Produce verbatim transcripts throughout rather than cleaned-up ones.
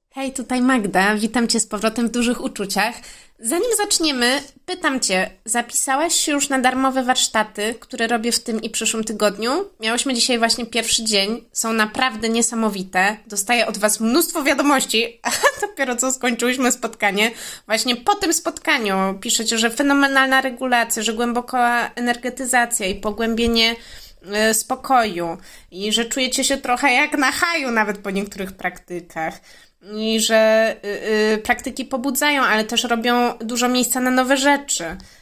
Hej, tutaj Magda, witam Cię z powrotem w Dużych Uczuciach. Zanim zaczniemy, pytam Cię, zapisałaś się już na darmowe warsztaty, które robię w tym i przyszłym tygodniu? Miałyśmy dzisiaj właśnie pierwszy dzień, są naprawdę niesamowite, dostaję od Was mnóstwo wiadomości, a dopiero co skończyłyśmy spotkanie. Właśnie po tym spotkaniu piszecie, że fenomenalna regulacja, że głęboka energetyzacja i pogłębienie y, spokoju i że czujecie się trochę jak na haju nawet po niektórych praktykach. I że y, y, praktyki pobudzają, ale też robią dużo miejsca na nowe rzeczy,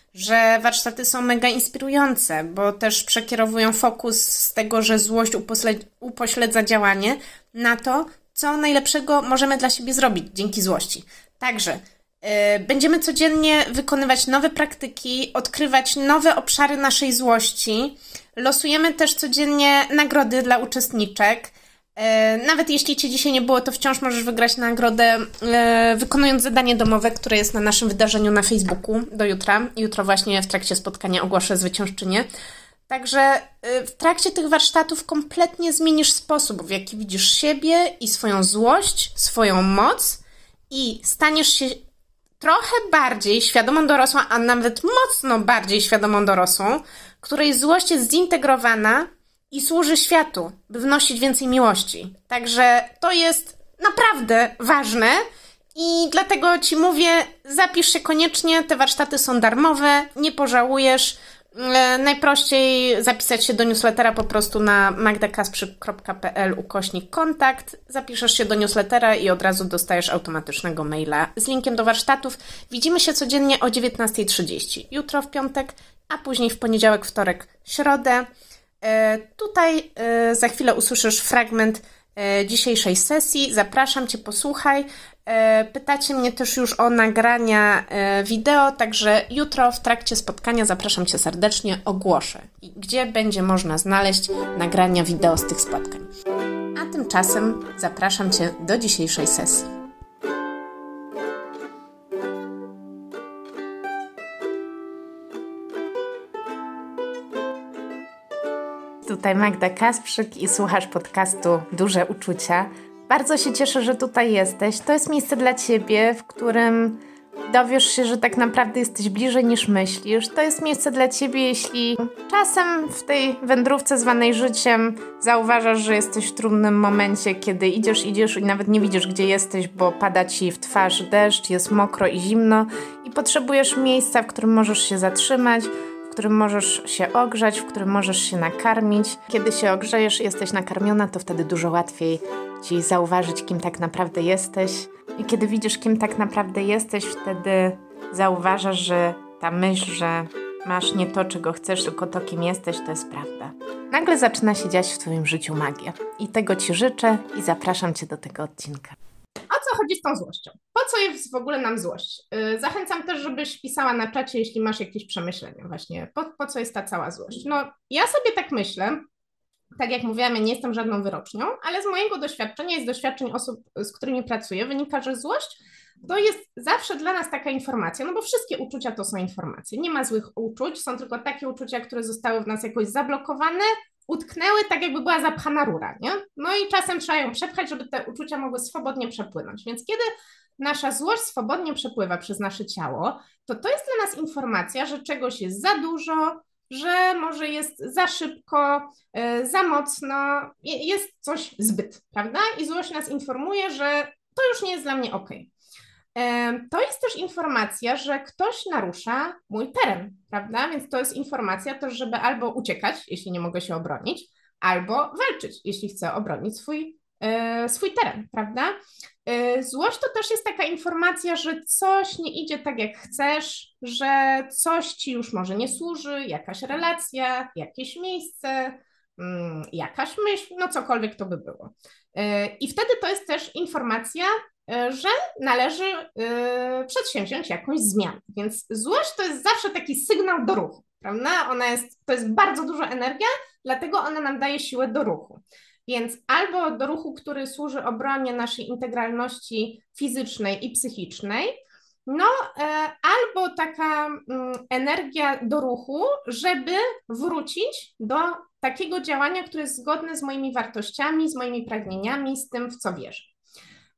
że warsztaty są mega inspirujące, bo też przekierowują fokus z tego, że złość uposle- upośledza działanie na to, co najlepszego możemy dla siebie zrobić dzięki złości. Także y, będziemy codziennie wykonywać nowe praktyki, odkrywać nowe obszary naszej złości. Losujemy też codziennie nagrody dla uczestniczek. Nawet jeśli Cię dzisiaj nie było, to wciąż możesz wygrać nagrodę e, wykonując zadanie domowe, które jest na naszym wydarzeniu na Facebooku do jutra. Jutro właśnie w trakcie spotkania ogłoszę zwyciężczynię. Także e, w trakcie tych warsztatów kompletnie zmienisz sposób, w jaki widzisz siebie i swoją złość, swoją moc i staniesz się trochę bardziej świadomą dorosłą, a nawet mocno bardziej świadomą dorosłą, której złość jest zintegrowana i służy światu, by wnosić więcej miłości. Także to jest naprawdę ważne i dlatego Ci mówię, zapisz się koniecznie, te warsztaty są darmowe, nie pożałujesz. E, najprościej zapisać się do newslettera po prostu na magdakasprzyk kropka p l ukośnik kontakt. Zapiszesz się do newslettera i od razu dostajesz automatycznego maila z linkiem do warsztatów. Widzimy się codziennie o dziewiętnasta trzydzieści. Jutro w piątek, a później w poniedziałek, wtorek, środę. E, tutaj e, za chwilę usłyszysz fragment e, dzisiejszej sesji. Zapraszam Cię, posłuchaj. E, pytacie mnie też już o nagrania e, wideo, także jutro w trakcie spotkania zapraszam Cię serdecznie, ogłoszę, gdzie będzie można znaleźć nagrania wideo z tych spotkań. A tymczasem zapraszam Cię do dzisiejszej sesji. Tutaj Magda Kasprzyk i słuchasz podcastu Duże Uczucia. Bardzo się cieszę, że tutaj jesteś. To jest miejsce dla Ciebie, w którym dowiesz się, że tak naprawdę jesteś bliżej niż myślisz. To jest miejsce dla Ciebie, jeśli czasem w tej wędrówce zwanej życiem zauważasz, że jesteś w trudnym momencie, kiedy idziesz, idziesz i nawet nie widzisz, gdzie jesteś, bo pada Ci w twarz deszcz, jest mokro i zimno i potrzebujesz miejsca, w którym możesz się zatrzymać, w którym możesz się ogrzać, w którym możesz się nakarmić. Kiedy się ogrzejesz i jesteś nakarmiona, to wtedy dużo łatwiej Ci zauważyć, kim tak naprawdę jesteś. I kiedy widzisz, kim tak naprawdę jesteś, wtedy zauważasz, że ta myśl, że masz nie to, czego chcesz, tylko to, kim jesteś, to jest prawda. Nagle zaczyna się dziać w Twoim życiu magia. I tego Ci życzę i zapraszam Cię do tego odcinka. O co chodzi z tą złością? Po co jest w ogóle nam złość? Yy, zachęcam też, żebyś pisała na czacie, jeśli masz jakieś przemyślenia właśnie. Po, po co jest ta cała złość? No, ja sobie tak myślę, tak jak mówiłam, ja nie jestem żadną wyrocznią, ale z mojego doświadczenia i z doświadczeń osób, z którymi pracuję, wynika, że złość to jest zawsze dla nas taka informacja, no bo wszystkie uczucia to są informacje. Nie ma złych uczuć, są tylko takie uczucia, które zostały w nas jakoś zablokowane, utknęły tak, jakby była zapchana rura, nie? No i czasem trzeba ją przepchać, żeby te uczucia mogły swobodnie przepłynąć. Więc kiedy nasza złość swobodnie przepływa przez nasze ciało, to to jest dla nas informacja, że czegoś jest za dużo, że może jest za szybko, yy, za mocno, jest coś zbyt, prawda? I złość nas informuje, że to już nie jest dla mnie okej. To jest też informacja, że ktoś narusza mój teren, prawda? Więc to jest informacja też, żeby albo uciekać, jeśli nie mogę się obronić, albo walczyć, jeśli chcę obronić swój, e, swój teren, prawda? E, złość to też jest taka informacja, że coś nie idzie tak, jak chcesz, że coś ci już może nie służy, jakaś relacja, jakieś miejsce, mm, jakaś myśl, no cokolwiek to by było. E, I wtedy to jest też informacja, że należy y, przedsięwziąć jakąś zmianę. Więc złość to jest zawsze taki sygnał do ruchu, prawda? Ona jest, to jest bardzo duża energia, dlatego ona nam daje siłę do ruchu. Więc albo do ruchu, który służy obronie naszej integralności fizycznej i psychicznej, no y, albo taka y, energia do ruchu, żeby wrócić do takiego działania, które jest zgodne z moimi wartościami, z moimi pragnieniami, z tym, w co wierzę.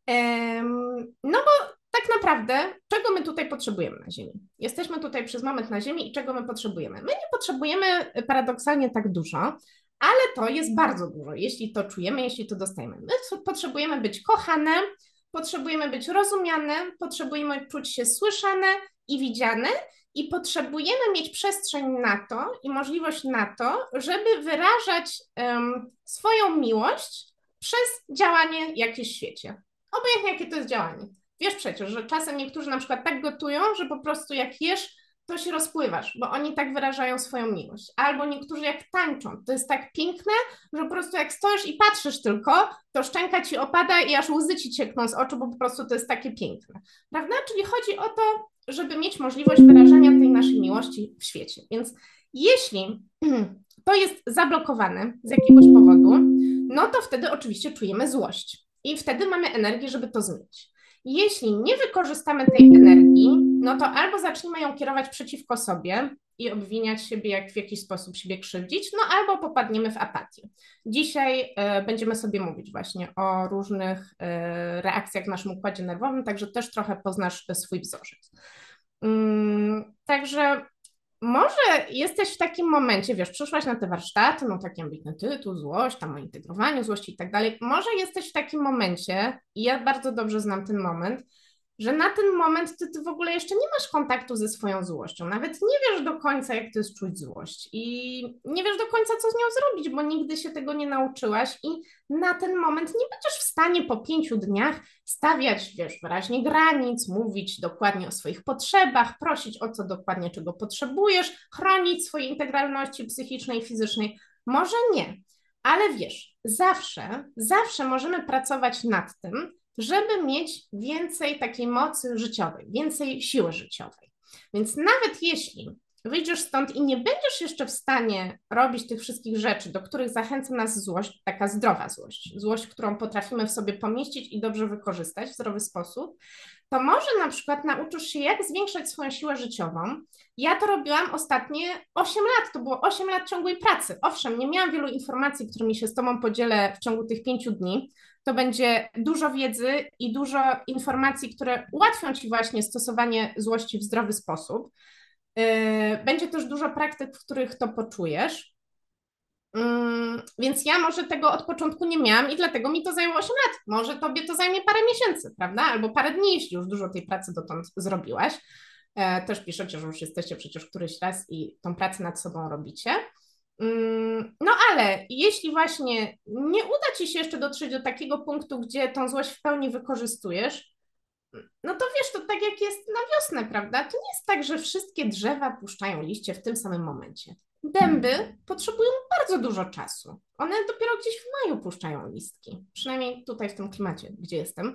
No bo tak naprawdę, czego my tutaj potrzebujemy na Ziemi? Jesteśmy tutaj przez moment na Ziemi i czego my potrzebujemy? My nie potrzebujemy paradoksalnie tak dużo, ale to jest bardzo dużo, jeśli to czujemy, jeśli to dostajemy. My potrzebujemy być kochane, potrzebujemy być rozumiane, potrzebujemy czuć się słyszane i widziane i potrzebujemy mieć przestrzeń na to i możliwość na to, żeby wyrażać um, swoją miłość przez działanie jakieś w świecie. Obojętnie jakie to jest działanie. Wiesz przecież, że czasem niektórzy na przykład tak gotują, że po prostu jak jesz, to się rozpływasz, bo oni tak wyrażają swoją miłość. Albo niektórzy jak tańczą. To jest tak piękne, że po prostu jak stoisz i patrzysz tylko, to szczęka ci opada i aż łzy ci ciekną z oczu, bo po prostu to jest takie piękne. Prawda? Czyli chodzi o to, żeby mieć możliwość wyrażania tej naszej miłości w świecie. Więc jeśli to jest zablokowane z jakiegoś powodu, no to wtedy oczywiście czujemy złość. I wtedy mamy energię, żeby to zmienić. Jeśli nie wykorzystamy tej energii, no to albo zaczniemy ją kierować przeciwko sobie i obwiniać siebie, jak w jakiś sposób siebie krzywdzić, no albo popadniemy w apatię. Dzisiaj y, będziemy sobie mówić właśnie o różnych y, reakcjach w naszym układzie nerwowym, także też trochę poznasz swój wzorzec. Ym, także może jesteś w takim momencie, wiesz, przyszłaś na te warsztaty, no taki ambitny tytuł, złość, tam o integrowaniu złości i tak dalej. Może jesteś w takim momencie, i ja bardzo dobrze znam ten moment, że na ten moment ty, ty w ogóle jeszcze nie masz kontaktu ze swoją złością. Nawet nie wiesz do końca, jak to jest czuć złość. I nie wiesz do końca, co z nią zrobić, bo nigdy się tego nie nauczyłaś i na ten moment nie będziesz w stanie po pięciu dniach stawiać, wiesz, wyraźnie granic, mówić dokładnie o swoich potrzebach, prosić o co dokładnie, czego potrzebujesz, chronić swojej integralności psychicznej i fizycznej. Może nie, ale wiesz, zawsze, zawsze możemy pracować nad tym, żeby mieć więcej takiej mocy życiowej, więcej siły życiowej. Więc nawet jeśli wyjdziesz stąd i nie będziesz jeszcze w stanie robić tych wszystkich rzeczy, do których zachęca nas złość, taka zdrowa złość, złość, którą potrafimy w sobie pomieścić i dobrze wykorzystać w zdrowy sposób, to może na przykład nauczysz się, jak zwiększać swoją siłę życiową. Ja to robiłam ostatnie osiem lat, to było osiem lat ciągłej pracy. Owszem, nie miałam wielu informacji, którymi się z Tobą podzielę w ciągu tych pięciu dni. To będzie dużo wiedzy i dużo informacji, które ułatwią Ci właśnie stosowanie złości w zdrowy sposób. Będzie też dużo praktyk, w których to poczujesz. Więc ja może tego od początku nie miałam i dlatego mi to zajęło osiem lat. Może Tobie to zajmie parę miesięcy, prawda? Albo parę dni, jeśli już dużo tej pracy dotąd zrobiłaś. Też piszecie, że już jesteście przecież któryś raz i tą pracę nad sobą robicie. No ale jeśli właśnie nie uda Ci się jeszcze dotrzeć do takiego punktu, gdzie tą złość w pełni wykorzystujesz, no to wiesz, to tak jak jest na wiosnę, prawda? To nie jest tak, że wszystkie drzewa puszczają liście w tym samym momencie. Dęby potrzebują bardzo dużo czasu. One dopiero gdzieś w maju puszczają listki, przynajmniej tutaj w tym klimacie, gdzie jestem.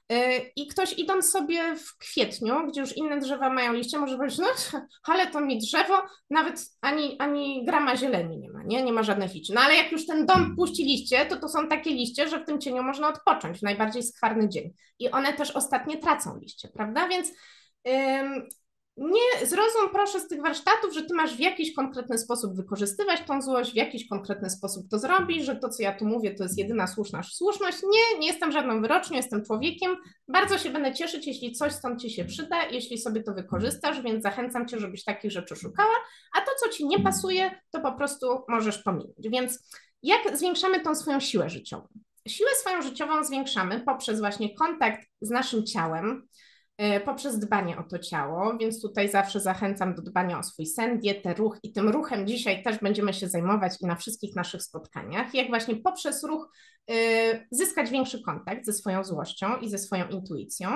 I ktoś idąc sobie w kwietniu, gdzie już inne drzewa mają liście, może powiedzieć, no ale to mi drzewo, nawet ani, ani grama zieleni nie ma, nie? Nie ma żadnych liści. No ale jak już ten dom puści liście, to to są takie liście, że w tym cieniu można odpocząć w najbardziej skwarny dzień. I one też ostatnie tracą liście, prawda? Więc ym, nie zrozum proszę z tych warsztatów, że ty masz w jakiś konkretny sposób wykorzystywać tą złość, w jakiś konkretny sposób to zrobić, że to, co ja tu mówię, to jest jedyna słuszna słuszność. Nie, nie jestem żadną wyrocznią, jestem człowiekiem. Bardzo się będę cieszyć, jeśli coś stąd ci się przyda, jeśli sobie to wykorzystasz, więc zachęcam cię, żebyś takich rzeczy szukała, a to, co ci nie pasuje, to po prostu możesz pominąć. Więc jak zwiększamy tą swoją siłę życiową? Siłę swoją życiową zwiększamy poprzez właśnie kontakt z naszym ciałem, poprzez dbanie o to ciało, więc tutaj zawsze zachęcam do dbania o swój sen, dietę, ruch i tym ruchem dzisiaj też będziemy się zajmować i na wszystkich naszych spotkaniach, jak właśnie poprzez ruch y, zyskać większy kontakt ze swoją złością i ze swoją intuicją.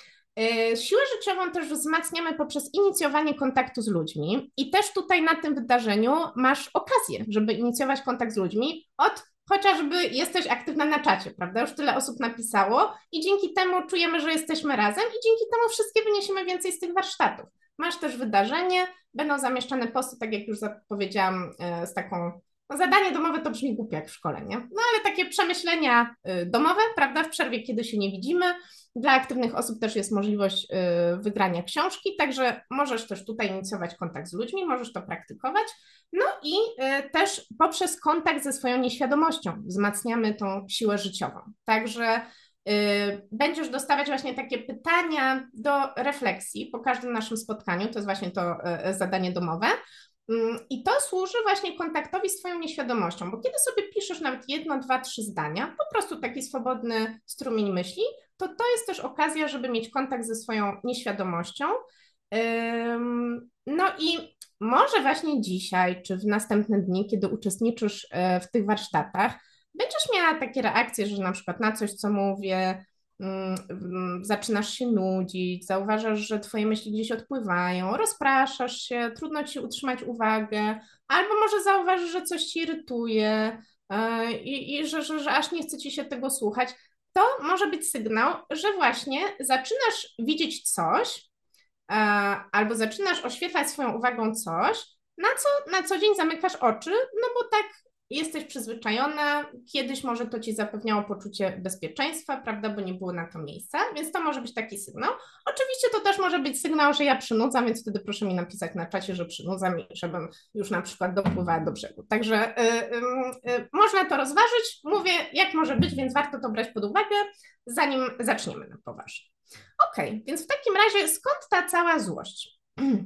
Y, siłę życiową też wzmacniamy poprzez inicjowanie kontaktu z ludźmi i też tutaj na tym wydarzeniu masz okazję, żeby inicjować kontakt z ludźmi od chociażby jesteś aktywna na czacie, prawda? Już tyle osób napisało i dzięki temu czujemy, że jesteśmy razem i dzięki temu wszystkie wyniesiemy więcej z tych warsztatów. Masz też wydarzenie, będą zamieszczane posty, tak jak już zapowiedziałam, z taką, no zadanie domowe to brzmi głupio jak w szkole, nie? No ale takie przemyślenia domowe, prawda? W przerwie, kiedy się nie widzimy. Dla aktywnych osób też jest możliwość wygrania książki, także możesz też tutaj inicjować kontakt z ludźmi, możesz to praktykować. No i też poprzez kontakt ze swoją nieświadomością wzmacniamy tą siłę życiową. Także Będziesz dostawać właśnie takie pytania do refleksji po każdym naszym spotkaniu, to jest właśnie to zadanie domowe. I to służy właśnie kontaktowi z Twoją nieświadomością, bo kiedy sobie piszesz nawet jedno, dwa, trzy zdania, po prostu taki swobodny strumień myśli, to to jest też okazja, żeby mieć kontakt ze swoją nieświadomością. No i może właśnie dzisiaj, czy w następne dni, kiedy uczestniczysz w tych warsztatach, będziesz miała takie reakcje, że na przykład na coś, co mówię, zaczynasz się nudzić, zauważasz, że twoje myśli gdzieś odpływają, rozpraszasz się, trudno ci utrzymać uwagę, albo może zauważysz, że coś ci irytuje i, i że, że, że aż nie chce ci się tego słuchać. To może być sygnał, że właśnie zaczynasz widzieć coś, albo zaczynasz oświetlać swoją uwagą coś, na co na co dzień zamykasz oczy, no bo tak jesteś przyzwyczajona, kiedyś może to ci zapewniało poczucie bezpieczeństwa, prawda, bo nie było na to miejsca, więc to może być taki sygnał. Oczywiście to też może być sygnał, że ja przynudzam, więc wtedy proszę mi napisać na czacie, że przynudzam i żebym już na przykład dopływała do brzegu. Także y, y, y, można to rozważyć, mówię jak może być, więc warto to brać pod uwagę, zanim zaczniemy na poważnie. Okej, okay, więc w takim razie skąd ta cała złość?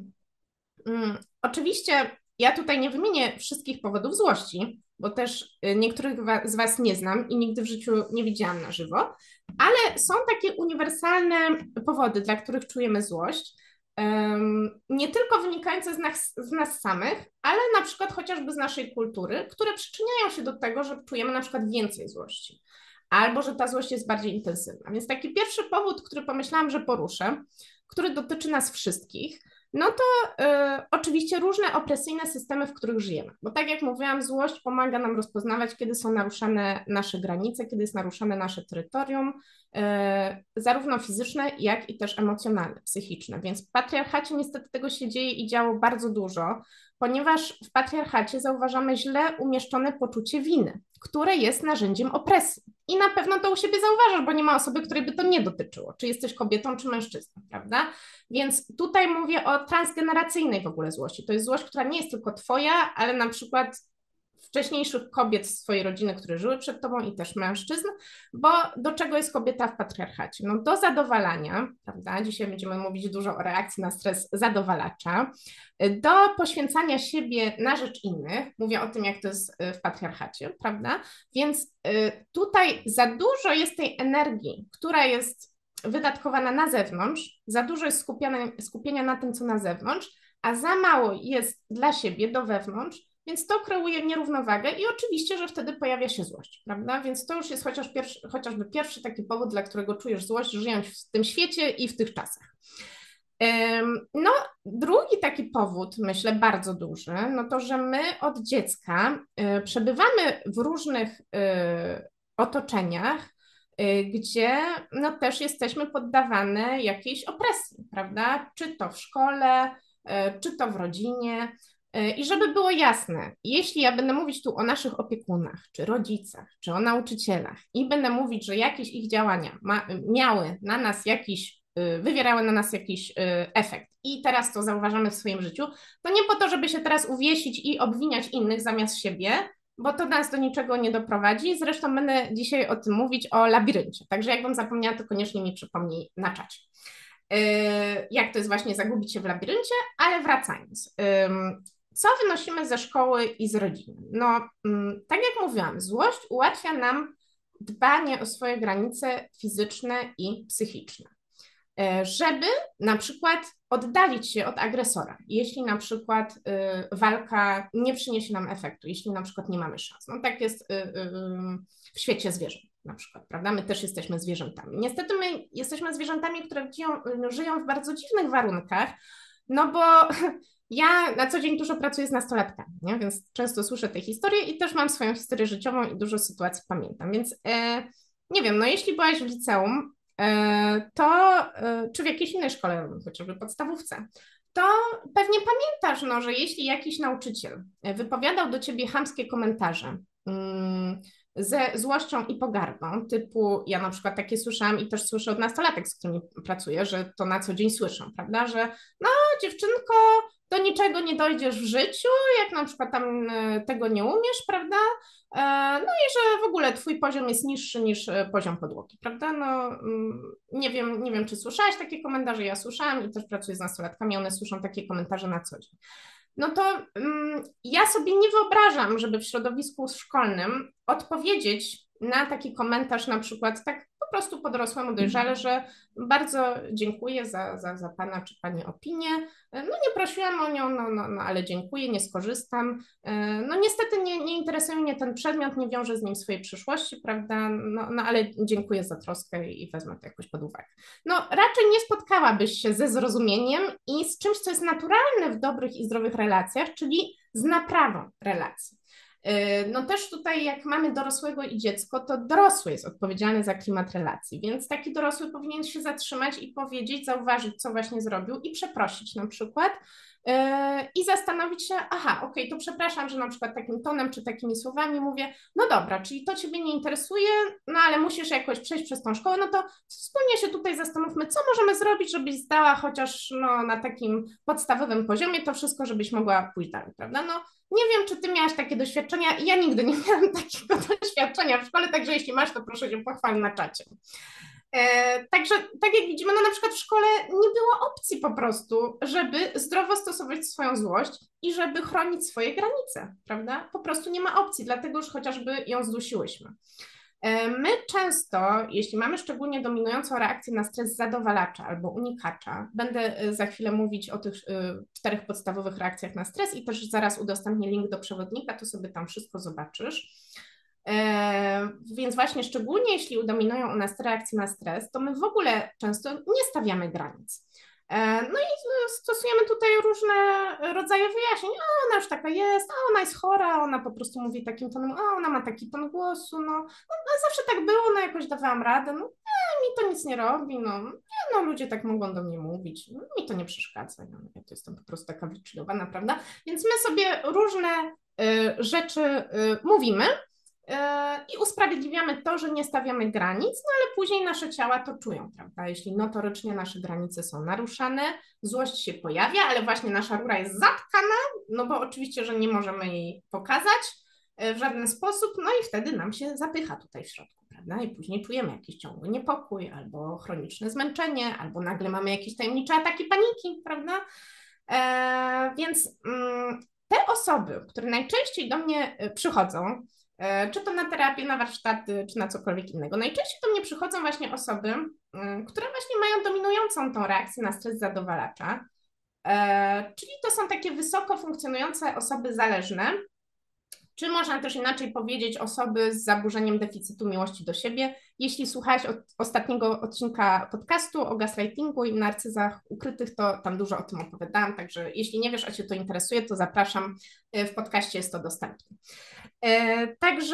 um, oczywiście ja tutaj nie wymienię wszystkich powodów złości, bo też niektórych z Was nie znam i nigdy w życiu nie widziałam na żywo, ale są takie uniwersalne powody, dla których czujemy złość, um, nie tylko wynikające z nas, z nas samych, ale na przykład chociażby z naszej kultury, które przyczyniają się do tego, że czujemy na przykład więcej złości, albo że ta złość jest bardziej intensywna. Więc taki pierwszy powód, który pomyślałam, że poruszę, który dotyczy nas wszystkich, no to y, oczywiście różne opresyjne systemy, w których żyjemy. Bo tak jak mówiłam, złość pomaga nam rozpoznawać, kiedy są naruszane nasze granice, kiedy jest naruszane nasze terytorium, y, zarówno fizyczne, jak i też emocjonalne, psychiczne. Więc w patriarchacie niestety tego się dzieje i działo bardzo dużo, ponieważ w patriarchacie zauważamy źle umieszczone poczucie winy, które jest narzędziem opresji. I na pewno to u siebie zauważasz, bo nie ma osoby, której by to nie dotyczyło, czy jesteś kobietą, czy mężczyzną, prawda? Więc tutaj mówię o transgeneracyjnej w ogóle złości. To jest złość, która nie jest tylko twoja, ale na przykład wcześniejszych kobiet z twojej rodziny, które żyły przed tobą i też mężczyzn, bo do czego jest kobieta w patriarchacie? No do zadowalania, prawda? Dzisiaj będziemy mówić dużo o reakcji na stres zadowalacza, do poświęcania siebie na rzecz innych, mówię o tym, jak to jest w patriarchacie, prawda? Więc tutaj za dużo jest tej energii, która jest wydatkowana na zewnątrz, za dużo jest skupienia, skupienia na tym, co na zewnątrz, a za mało jest dla siebie, do wewnątrz, więc to kreuje nierównowagę i oczywiście, że wtedy pojawia się złość, prawda? Więc to już jest chociaż pierwszy, chociażby pierwszy taki powód, dla którego czujesz złość, żyjąc w tym świecie i w tych czasach. No, drugi taki powód, myślę, bardzo duży, no to, że my od dziecka przebywamy w różnych otoczeniach, gdzie no też jesteśmy poddawane jakiejś opresji, prawda? Czy to w szkole, czy to w rodzinie. I żeby było jasne, jeśli ja będę mówić tu o naszych opiekunach, czy rodzicach, czy o nauczycielach i będę mówić, że jakieś ich działania ma, miały na nas jakiś, wywierały na nas jakiś efekt i teraz to zauważamy w swoim życiu, to nie po to, żeby się teraz uwiesić i obwiniać innych zamiast siebie, bo to nas do niczego nie doprowadzi. Zresztą będę dzisiaj o tym mówić, o labiryncie. Także jakbym zapomniała, to koniecznie mi przypomnij na czacie. Jak to jest właśnie zagubić się w labiryncie, ale wracając. Co wynosimy ze szkoły i z rodziny? No, tak jak mówiłam, złość ułatwia nam dbanie o swoje granice fizyczne i psychiczne, żeby na przykład oddalić się od agresora, jeśli na przykład y, walka nie przyniesie nam efektu, jeśli na przykład nie mamy szans. No tak jest y, y, w świecie zwierząt na przykład, prawda? My też jesteśmy zwierzętami. Niestety my jesteśmy zwierzętami, które żyją, żyją w bardzo dziwnych warunkach, no bo ja na co dzień dużo pracuję z nastolatkami, nie? Więc często słyszę te historie i też mam swoją historię życiową i dużo sytuacji pamiętam, więc e, nie wiem, no jeśli byłaś w liceum, e, to e, czy w jakiejś innej szkole, chociażby podstawówce, to pewnie pamiętasz, no, że jeśli jakiś nauczyciel wypowiadał do ciebie chamskie komentarze mm, ze złością i pogardą, typu ja na przykład takie słyszałam i też słyszę od nastolatek, z którymi pracuję, że to na co dzień słyszą, prawda, że no dziewczynko, do niczego nie dojdziesz w życiu, jak na przykład tam tego nie umiesz, prawda? No i że w ogóle twój poziom jest niższy niż poziom podłogi, prawda? No nie wiem, nie wiem, czy słyszałaś takie komentarze, ja słyszałam i też pracuję z nastolatkami, one słyszą takie komentarze na co dzień. No to um, ja sobie nie wyobrażam, żeby w środowisku szkolnym odpowiedzieć na taki komentarz na przykład tak po prostu podrosłemu dojrzale, że bardzo dziękuję za, za, za pana czy pani opinię, no nie prosiłam o nią, no, no, no ale dziękuję, nie skorzystam, no niestety nie, nie interesuje mnie ten przedmiot, nie wiążę z nim swojej przyszłości, prawda, no, no ale dziękuję za troskę i wezmę to jakoś pod uwagę. No raczej nie spotkałabyś się ze zrozumieniem i z czymś, co jest naturalne w dobrych i zdrowych relacjach, czyli z naprawą relacji. No też tutaj jak mamy dorosłego i dziecko, to dorosły jest odpowiedzialny za klimat relacji, więc taki dorosły powinien się zatrzymać i powiedzieć, zauważyć, co właśnie zrobił i przeprosić na przykład yy, i zastanowić się, aha, okej, okay, to przepraszam, że na przykład takim tonem czy takimi słowami mówię, no dobra, czyli to Ciebie nie interesuje, no ale musisz jakoś przejść przez tą szkołę, no to wspólnie się tutaj zastanówmy, co możemy zrobić, żebyś zdała chociaż no, na takim podstawowym poziomie to wszystko, żebyś mogła pójść dalej, prawda? No nie wiem, czy ty miałaś takie doświadczenia. Ja nigdy nie miałam takiego doświadczenia w szkole, także jeśli masz, to proszę się pochwal na czacie. E, także, tak jak widzimy, no na przykład w szkole nie było opcji po prostu, żeby zdrowo stosować swoją złość i żeby chronić swoje granice, prawda? Po prostu nie ma opcji, dlatego już chociażby ją zdusiłyśmy. My często, jeśli mamy szczególnie dominującą reakcję na stres zadowalacza albo unikacza, będę za chwilę mówić o tych czterech podstawowych reakcjach na stres i też zaraz udostępnię link do przewodnika, to sobie tam wszystko zobaczysz. Więc właśnie szczególnie jeśli dominują u nas te reakcje na stres, to my w ogóle często nie stawiamy granic. No i stosujemy tutaj różne rodzaje wyjaśnień. A ona już taka jest, a ona jest chora, ona po prostu mówi takim tonem, a ona ma taki ton głosu, no, no zawsze tak było, no jakoś dawałam radę, no nie, mi to nic nie robi, no, nie, no ludzie tak mogą do mnie mówić, no, mi to nie przeszkadza, no, ja to jestem po prostu taka wychillowana, prawda? Więc my sobie różne y, rzeczy y, mówimy, i usprawiedliwiamy to, że nie stawiamy granic, no ale później nasze ciała to czują, prawda? Jeśli notorycznie nasze granice są naruszane, złość się pojawia, ale właśnie nasza rura jest zatkana, no bo oczywiście, że nie możemy jej pokazać w żaden sposób, no i wtedy nam się zapycha tutaj w środku, prawda? I później czujemy jakiś ciągły niepokój, albo chroniczne zmęczenie, albo nagle mamy jakieś tajemnicze ataki paniki, prawda? E, więc mm, te osoby, które najczęściej do mnie przychodzą, czy to na terapię, na warsztaty, czy na cokolwiek innego. Najczęściej do mnie przychodzą właśnie osoby, które właśnie mają dominującą tą reakcję na stres zadowalacza, czyli to są takie wysoko funkcjonujące osoby zależne, czy można też inaczej powiedzieć osoby z zaburzeniem deficytu miłości do siebie. Jeśli słuchałeś od ostatniego odcinka podcastu o gaslightingu i narcyzach ukrytych, to tam dużo o tym opowiadałam, także jeśli nie wiesz, a Cię to interesuje, to zapraszam, w podcaście jest to dostępne. Także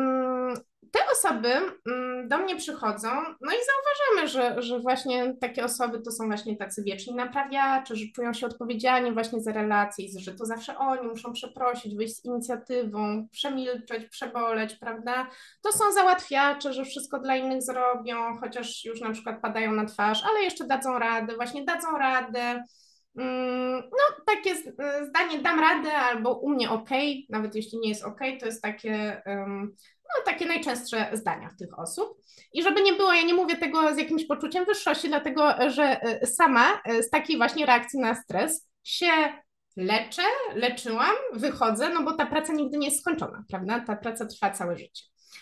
te osoby do mnie przychodzą, no i zauważamy, że, że właśnie takie osoby to są właśnie tacy wieczni naprawiacze, że czują się odpowiedzialni właśnie za relacje, że to zawsze oni muszą przeprosić, wyjść z inicjatywą, przemilczeć, przeboleć, prawda? To są załatwiacze, że wszystko dla innych zrobią, chociaż już na przykład padają na twarz, ale jeszcze dadzą radę, właśnie dadzą radę. No, takie zdanie dam radę albo u mnie ok, nawet jeśli nie jest ok, to jest takie, no, takie najczęstsze zdania tych osób. I żeby nie było, ja nie mówię tego z jakimś poczuciem wyższości, dlatego że sama z takiej właśnie reakcji na stres się leczę, leczyłam, wychodzę, no bo ta praca nigdy nie jest skończona, prawda? Ta praca trwa całe życie.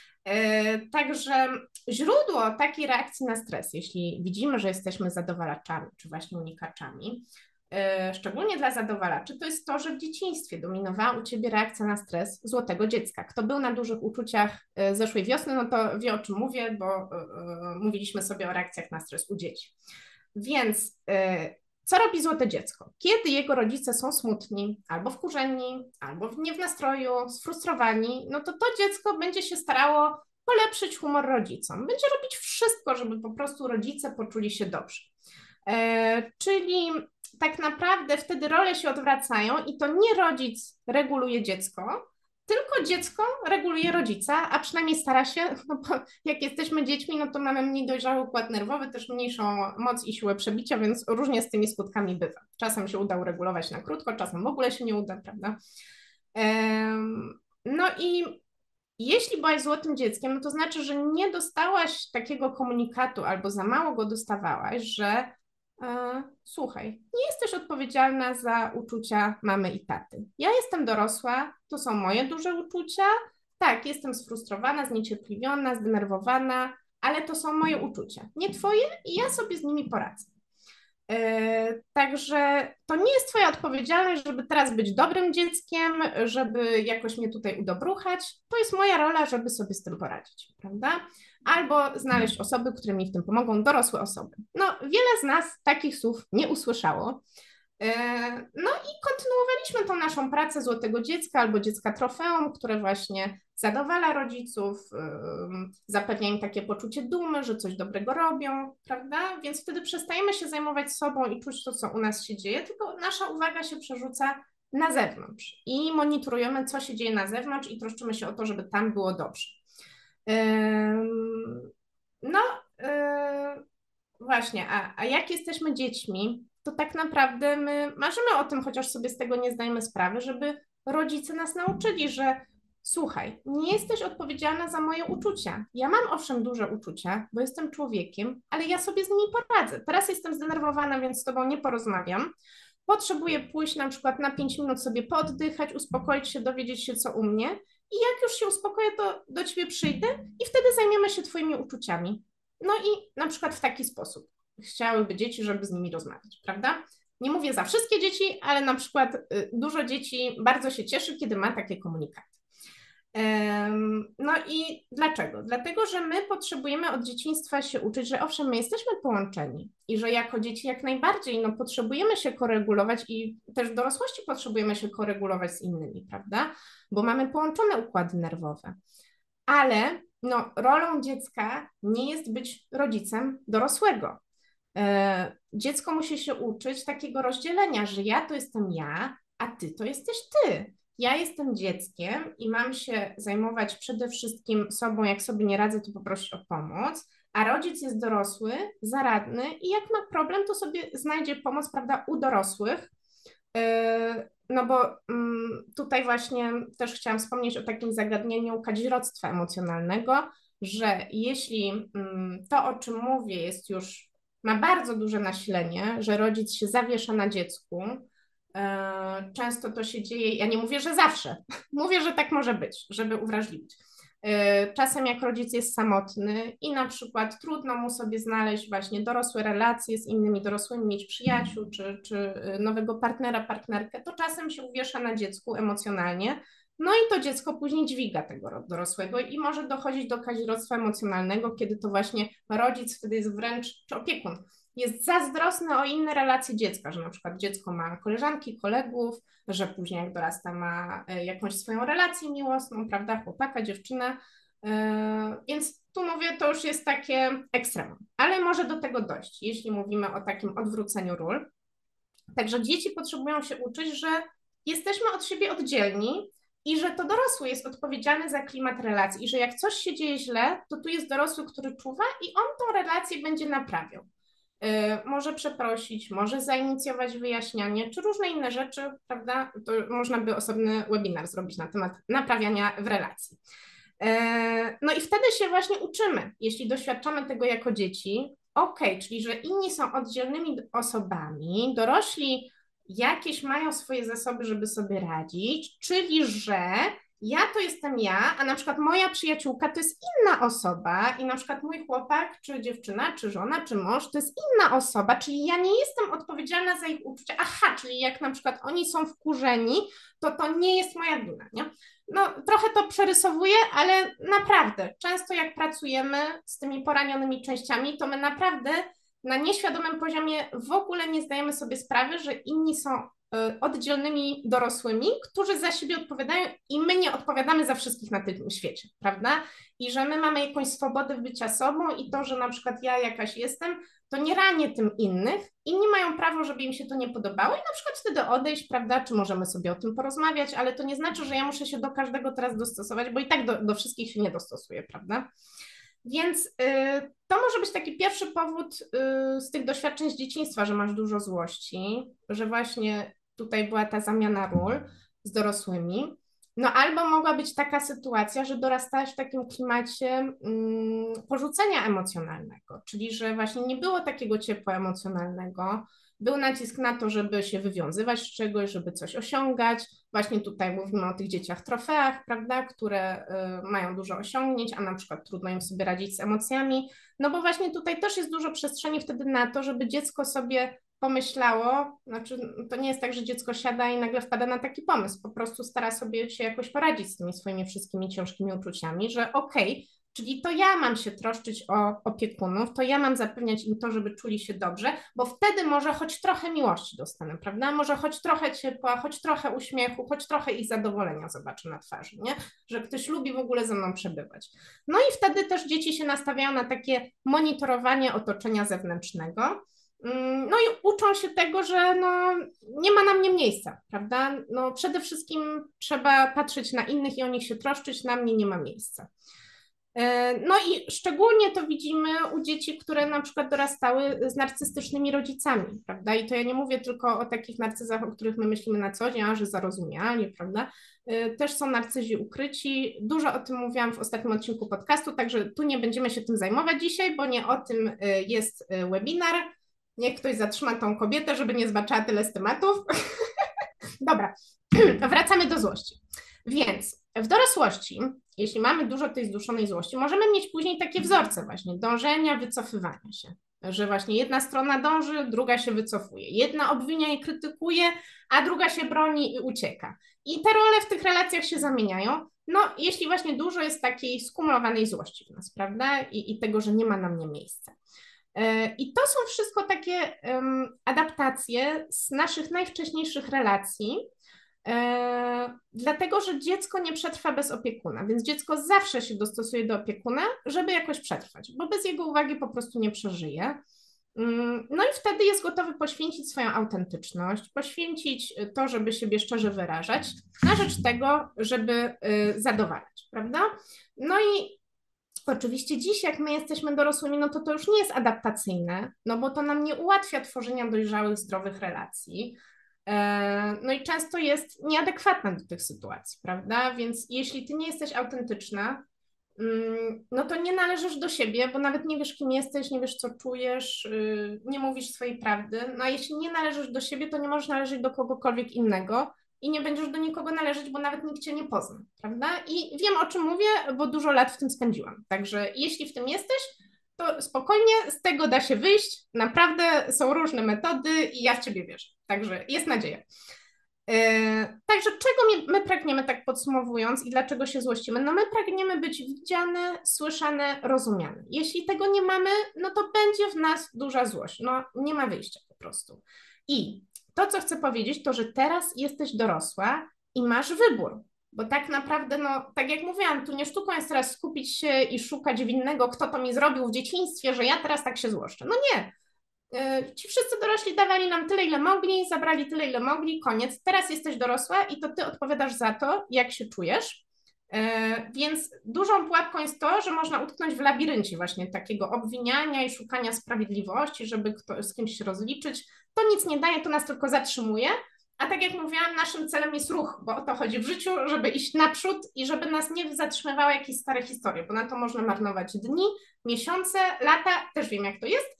Także źródło takiej reakcji na stres, jeśli widzimy, że jesteśmy zadowalaczami czy właśnie unikaczami, szczególnie dla zadowalaczy, to jest to, że w dzieciństwie dominowała u Ciebie reakcja na stres złotego dziecka. Kto był na dużych uczuciach zeszłej wiosny, no to wie, o czym mówię, bo mówiliśmy sobie o reakcjach na stres u dzieci. Więc co robi złote dziecko? Kiedy jego rodzice są smutni, albo wkurzeni, albo nie w nastroju, sfrustrowani, no to to dziecko będzie się starało polepszyć humor rodzicom. Będzie robić wszystko, żeby po prostu rodzice poczuli się dobrze. E, czyli tak naprawdę wtedy role się odwracają i to nie rodzic reguluje dziecko, tylko dziecko reguluje rodzica, a przynajmniej stara się, no bo jak jesteśmy dziećmi, no to mamy mniej dojrzały układ nerwowy, też mniejszą moc i siłę przebicia, więc różnie z tymi skutkami bywa. Czasem się uda uregulować na krótko, czasem w ogóle się nie uda, prawda? No i jeśli byłaś złotym dzieckiem, no to znaczy, że nie dostałaś takiego komunikatu albo za mało go dostawałaś, że e, słuchaj, nie jesteś odpowiedzialna za uczucia mamy i taty. Ja jestem dorosła, to są moje duże uczucia. Tak, jestem sfrustrowana, zniecierpliwiona, zdenerwowana, ale to są moje uczucia, nie twoje i ja sobie z nimi poradzę. Yy, także to nie jest twoja odpowiedzialność, żeby teraz być dobrym dzieckiem, żeby jakoś mnie tutaj udobruchać. To jest moja rola, żeby sobie z tym poradzić, prawda? Albo znaleźć osoby, które mi w tym pomogą, dorosłe osoby. No, wiele z nas takich słów nie usłyszało. Yy, no i kontynuowaliśmy tą naszą pracę złotego dziecka albo dziecka trofeum, które właśnie zadowala rodziców, yy, zapewnia im takie poczucie dumy, że coś dobrego robią, prawda? Więc wtedy przestajemy się zajmować sobą i czuć to, co u nas się dzieje, tylko nasza uwaga się przerzuca na zewnątrz i monitorujemy, co się dzieje na zewnątrz i troszczymy się o to, żeby tam było dobrze. Yy, no, yy, właśnie, a, a jak jesteśmy dziećmi, to tak naprawdę my marzymy o tym, chociaż sobie z tego nie zdajemy sprawy, żeby rodzice nas nauczyli, że słuchaj, nie jesteś odpowiedzialna za moje uczucia. Ja mam owszem duże uczucia, bo jestem człowiekiem, ale ja sobie z nimi poradzę. Teraz jestem zdenerwowana, więc z tobą nie porozmawiam. Potrzebuję pójść na przykład na pięć minut sobie poddychać, uspokoić się, dowiedzieć się, co u mnie. I jak już się uspokoję, to do ciebie przyjdę i wtedy zajmiemy się twoimi uczuciami. No i na przykład w taki sposób chciałyby dzieci, żeby z nimi rozmawiać, prawda? Nie mówię za wszystkie dzieci, ale na przykład y, dużo dzieci bardzo się cieszy, kiedy ma takie komunikaty. No i dlaczego? Dlatego, że my potrzebujemy od dzieciństwa się uczyć, że owszem, my jesteśmy połączeni i że jako dzieci jak najbardziej no, potrzebujemy się koregulować i też w dorosłości potrzebujemy się koregulować z innymi, prawda? Bo mamy połączone układy nerwowe. Ale no, rolą dziecka nie jest być rodzicem dorosłego. Dziecko musi się uczyć takiego rozdzielenia, że ja to jestem ja, a ty to jesteś ty. Ja jestem dzieckiem i mam się zajmować przede wszystkim sobą, jak sobie nie radzę, to poprosić o pomoc, a rodzic jest dorosły, zaradny i jak ma problem, to sobie znajdzie pomoc, prawda, u dorosłych. No bo tutaj właśnie też chciałam wspomnieć o takim zagadnieniu kazirodztwa emocjonalnego, że jeśli to, o czym mówię, jest już, ma bardzo duże nasilenie, że rodzic się zawiesza na dziecku, często to się dzieje, ja nie mówię, że zawsze, mówię, że tak może być, żeby uwrażliwić. Czasem jak rodzic jest samotny i na przykład trudno mu sobie znaleźć właśnie dorosłe relacje z innymi dorosłymi, mieć przyjaciół czy, czy nowego partnera, partnerkę, to czasem się uwiesza na dziecku emocjonalnie, no i to dziecko później dźwiga tego dorosłego i może dochodzić do kazirodztwa emocjonalnego, kiedy to właśnie rodzic wtedy jest wręcz, czy opiekun, jest zazdrosny o inne relacje dziecka, że na przykład dziecko ma koleżanki, kolegów, że później jak dorasta ma jakąś swoją relację miłosną, prawda, chłopaka, dziewczynę, yy, więc tu mówię, to już jest takie ekstremum, ale może do tego dojść, jeśli mówimy o takim odwróceniu ról. Także dzieci potrzebują się uczyć, że jesteśmy od siebie oddzielni i że to dorosły jest odpowiedzialny za klimat relacji i że jak coś się dzieje źle, to tu jest dorosły, który czuwa i on tą relację będzie naprawiał. Może przeprosić, może zainicjować wyjaśnianie, czy różne inne rzeczy, prawda? To można by osobny webinar zrobić na temat naprawiania w relacji. No i wtedy się właśnie uczymy, jeśli doświadczamy tego jako dzieci, ok, czyli że inni są oddzielnymi osobami, dorośli jakieś mają swoje zasoby, żeby sobie radzić, czyli że ja to jestem ja, a na przykład moja przyjaciółka to jest inna osoba i na przykład mój chłopak, czy dziewczyna, czy żona, czy mąż to jest inna osoba, czyli ja nie jestem odpowiedzialna za ich uczucia. Aha, czyli jak na przykład oni są wkurzeni, to to nie jest moja wina, nie? No trochę to przerysowuję, ale naprawdę często jak pracujemy z tymi poranionymi częściami, to my naprawdę na nieświadomym poziomie w ogóle nie zdajemy sobie sprawy, że inni są oddzielnymi dorosłymi, którzy za siebie odpowiadają i my nie odpowiadamy za wszystkich na tym świecie, prawda? I że my mamy jakąś swobodę bycia sobą i to, że na przykład ja jakaś jestem, to nie ranię tym innych. Inni mają prawo, żeby im się to nie podobało i na przykład wtedy odejść, prawda? Czy możemy sobie o tym porozmawiać, ale to nie znaczy, że ja muszę się do każdego teraz dostosować, bo i tak do, do wszystkich się nie dostosuję, prawda? Więc y, to może być taki pierwszy powód y, z tych doświadczeń z dzieciństwa, że masz dużo złości, że właśnie tutaj była ta zamiana ról z dorosłymi. No albo mogła być taka sytuacja, że dorastałaś w takim klimacie mm, porzucenia emocjonalnego, czyli że właśnie nie było takiego ciepła emocjonalnego, był nacisk na to, żeby się wywiązywać z czegoś, żeby coś osiągać. Właśnie tutaj mówimy o tych dzieciach trofeach, prawda, które y, mają dużo osiągnięć, a na przykład trudno im sobie radzić z emocjami. No bo właśnie tutaj też jest dużo przestrzeni wtedy na to, żeby dziecko sobie pomyślało, znaczy to nie jest tak, że dziecko siada i nagle wpada na taki pomysł, po prostu stara sobie się jakoś poradzić z tymi swoimi wszystkimi ciężkimi uczuciami, że okej, okay, czyli to ja mam się troszczyć o opiekunów, to ja mam zapewniać im to, żeby czuli się dobrze, bo wtedy może choć trochę miłości dostanę, prawda? Może choć trochę ciepła, choć trochę uśmiechu, choć trochę ich zadowolenia zobaczę na twarzy, nie? Że ktoś lubi w ogóle ze mną przebywać. No i wtedy też dzieci się nastawiają na takie monitorowanie otoczenia zewnętrznego. No i uczą się tego, że no, nie ma na mnie miejsca, prawda? No, przede wszystkim trzeba patrzeć na innych i o nich się troszczyć, na mnie nie ma miejsca. No i szczególnie to widzimy u dzieci, które na przykład dorastały z narcystycznymi rodzicami, prawda? I to ja nie mówię tylko o takich narcyzach, o których my myślimy na co dzień, a że zarozumiali, prawda? Też są narcyzi ukryci. Dużo o tym mówiłam w ostatnim odcinku podcastu, także tu nie będziemy się tym zajmować dzisiaj, bo nie o tym jest webinar. Niech ktoś zatrzyma tą kobietę, żeby nie zbaczała tyle z tematów. Dobra, wracamy do złości. Więc w dorosłości, jeśli mamy dużo tej zduszonej złości, możemy mieć później takie wzorce właśnie dążenia, wycofywania się. Że właśnie jedna strona dąży, druga się wycofuje. Jedna obwinia i krytykuje, a druga się broni i ucieka. I te role w tych relacjach się zamieniają. No, jeśli właśnie dużo jest takiej skumulowanej złości w nas, prawda? I, i tego, że nie ma na mnie miejsca. I to są wszystko takie um, adaptacje z naszych najwcześniejszych relacji, e, dlatego że dziecko nie przetrwa bez opiekuna, więc dziecko zawsze się dostosuje do opiekuna, żeby jakoś przetrwać, bo bez jego uwagi po prostu nie przeżyje. Um, no i wtedy jest gotowy poświęcić swoją autentyczność, poświęcić to, żeby siebie szczerze wyrażać, na rzecz tego, żeby y, zadowalać, prawda? No i oczywiście dziś, jak my jesteśmy dorosłymi, no to to już nie jest adaptacyjne, no bo to nam nie ułatwia tworzenia dojrzałych, zdrowych relacji. No i często jest nieadekwatna do tych sytuacji, prawda? Więc jeśli ty nie jesteś autentyczna, no to nie należysz do siebie, bo nawet nie wiesz, kim jesteś, nie wiesz, co czujesz, nie mówisz swojej prawdy. No a jeśli nie należysz do siebie, to nie możesz należeć do kogokolwiek innego i nie będziesz do nikogo należeć, bo nawet nikt cię nie pozna, prawda? I wiem, o czym mówię, bo dużo lat w tym spędziłam. Także jeśli w tym jesteś, to spokojnie z tego da się wyjść. Naprawdę są różne metody i ja w ciebie wierzę. Także jest nadzieja. Yy, także czego my, my pragniemy, tak podsumowując, i dlaczego się złościmy? No my pragniemy być widziane, słyszane, rozumiane. Jeśli tego nie mamy, no to będzie w nas duża złość. No nie ma wyjścia po prostu. I to, co chcę powiedzieć, to, że teraz jesteś dorosła i masz wybór. Bo tak naprawdę, no tak jak mówiłam, tu nie sztuką jest teraz skupić się i szukać winnego, kto to mi zrobił w dzieciństwie, że ja teraz tak się złoszczę. No nie. Ci wszyscy dorośli dawali nam tyle, ile mogli, zabrali tyle, ile mogli, koniec. Teraz jesteś dorosła i to ty odpowiadasz za to, jak się czujesz. Więc dużą pułapką jest to, że można utknąć w labiryncie właśnie takiego obwiniania i szukania sprawiedliwości, żeby kto, z kimś się rozliczyć. To nic nie daje, to nas tylko zatrzymuje. A tak jak mówiłam, naszym celem jest ruch, bo o to chodzi w życiu, żeby iść naprzód i żeby nas nie zatrzymywały jakieś stare historie, bo na to można marnować dni, miesiące, lata, też wiem, jak to jest.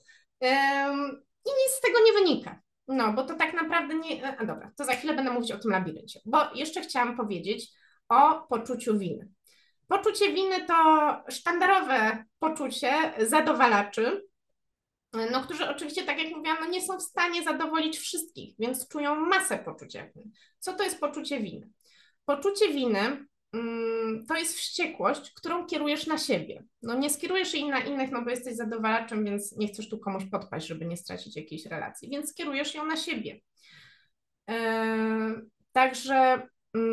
I nic z tego nie wynika. No, bo to tak naprawdę nie... A dobra, to za chwilę będę mówić o tym labiryncie, bo jeszcze chciałam powiedzieć o poczuciu winy. Poczucie winy to sztandarowe poczucie zadowalaczy, no, którzy oczywiście, tak jak mówiłam, no nie są w stanie zadowolić wszystkich, więc czują masę poczucia winy. Co to jest poczucie winy? Poczucie winy to jest wściekłość, którą kierujesz na siebie. No nie skierujesz jej na innych, no bo jesteś zadowalaczem, więc nie chcesz tu komuś podpaść, żeby nie stracić jakiejś relacji, więc kierujesz ją na siebie. Także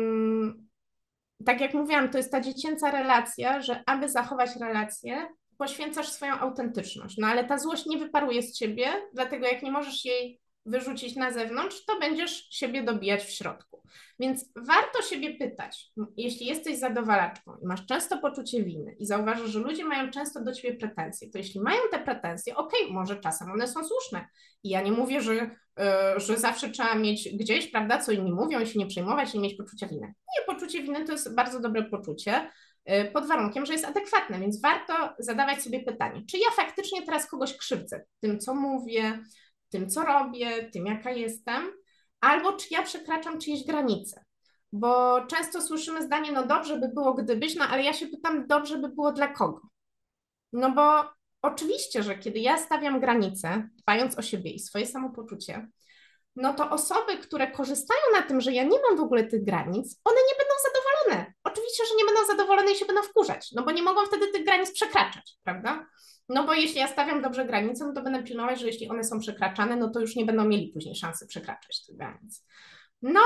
tak jak mówiłam, to jest ta dziecięca relacja, że aby zachować relację, poświęcasz swoją autentyczność. No ale ta złość nie wyparuje z ciebie, dlatego jak nie możesz jej wyrzucić na zewnątrz, to będziesz siebie dobijać w środku. Więc warto siebie pytać, jeśli jesteś zadowalaczką i masz często poczucie winy i zauważasz, że ludzie mają często do ciebie pretensje, to jeśli mają te pretensje, okej, okay, może czasem one są słuszne. I ja nie mówię, że, yy, że zawsze trzeba mieć gdzieś, prawda, co inni mówią i się nie przejmować i nie mieć poczucia winy. Nie, poczucie winy to jest bardzo dobre poczucie, yy, pod warunkiem, że jest adekwatne, więc warto zadawać sobie pytanie, czy ja faktycznie teraz kogoś krzywdzę tym, co mówię, tym, co robię, tym, jaka jestem, albo czy ja przekraczam czyjeś granice. Bo często słyszymy zdanie, no dobrze by było gdybyś, no ale ja się pytam, dobrze by było dla kogo? No bo oczywiście, że kiedy ja stawiam granice, dbając o siebie i swoje samopoczucie, no to osoby, które korzystają na tym, że ja nie mam w ogóle tych granic, one nie będą zadowolone. Oczywiście, że nie będą zadowolone i się będą wkurzać, no bo nie mogą wtedy tych granic przekraczać, prawda? No bo jeśli ja stawiam dobrze granice, no to będę pilnować, że jeśli one są przekraczane, no to już nie będą mieli później szansy przekraczać tych granic. No,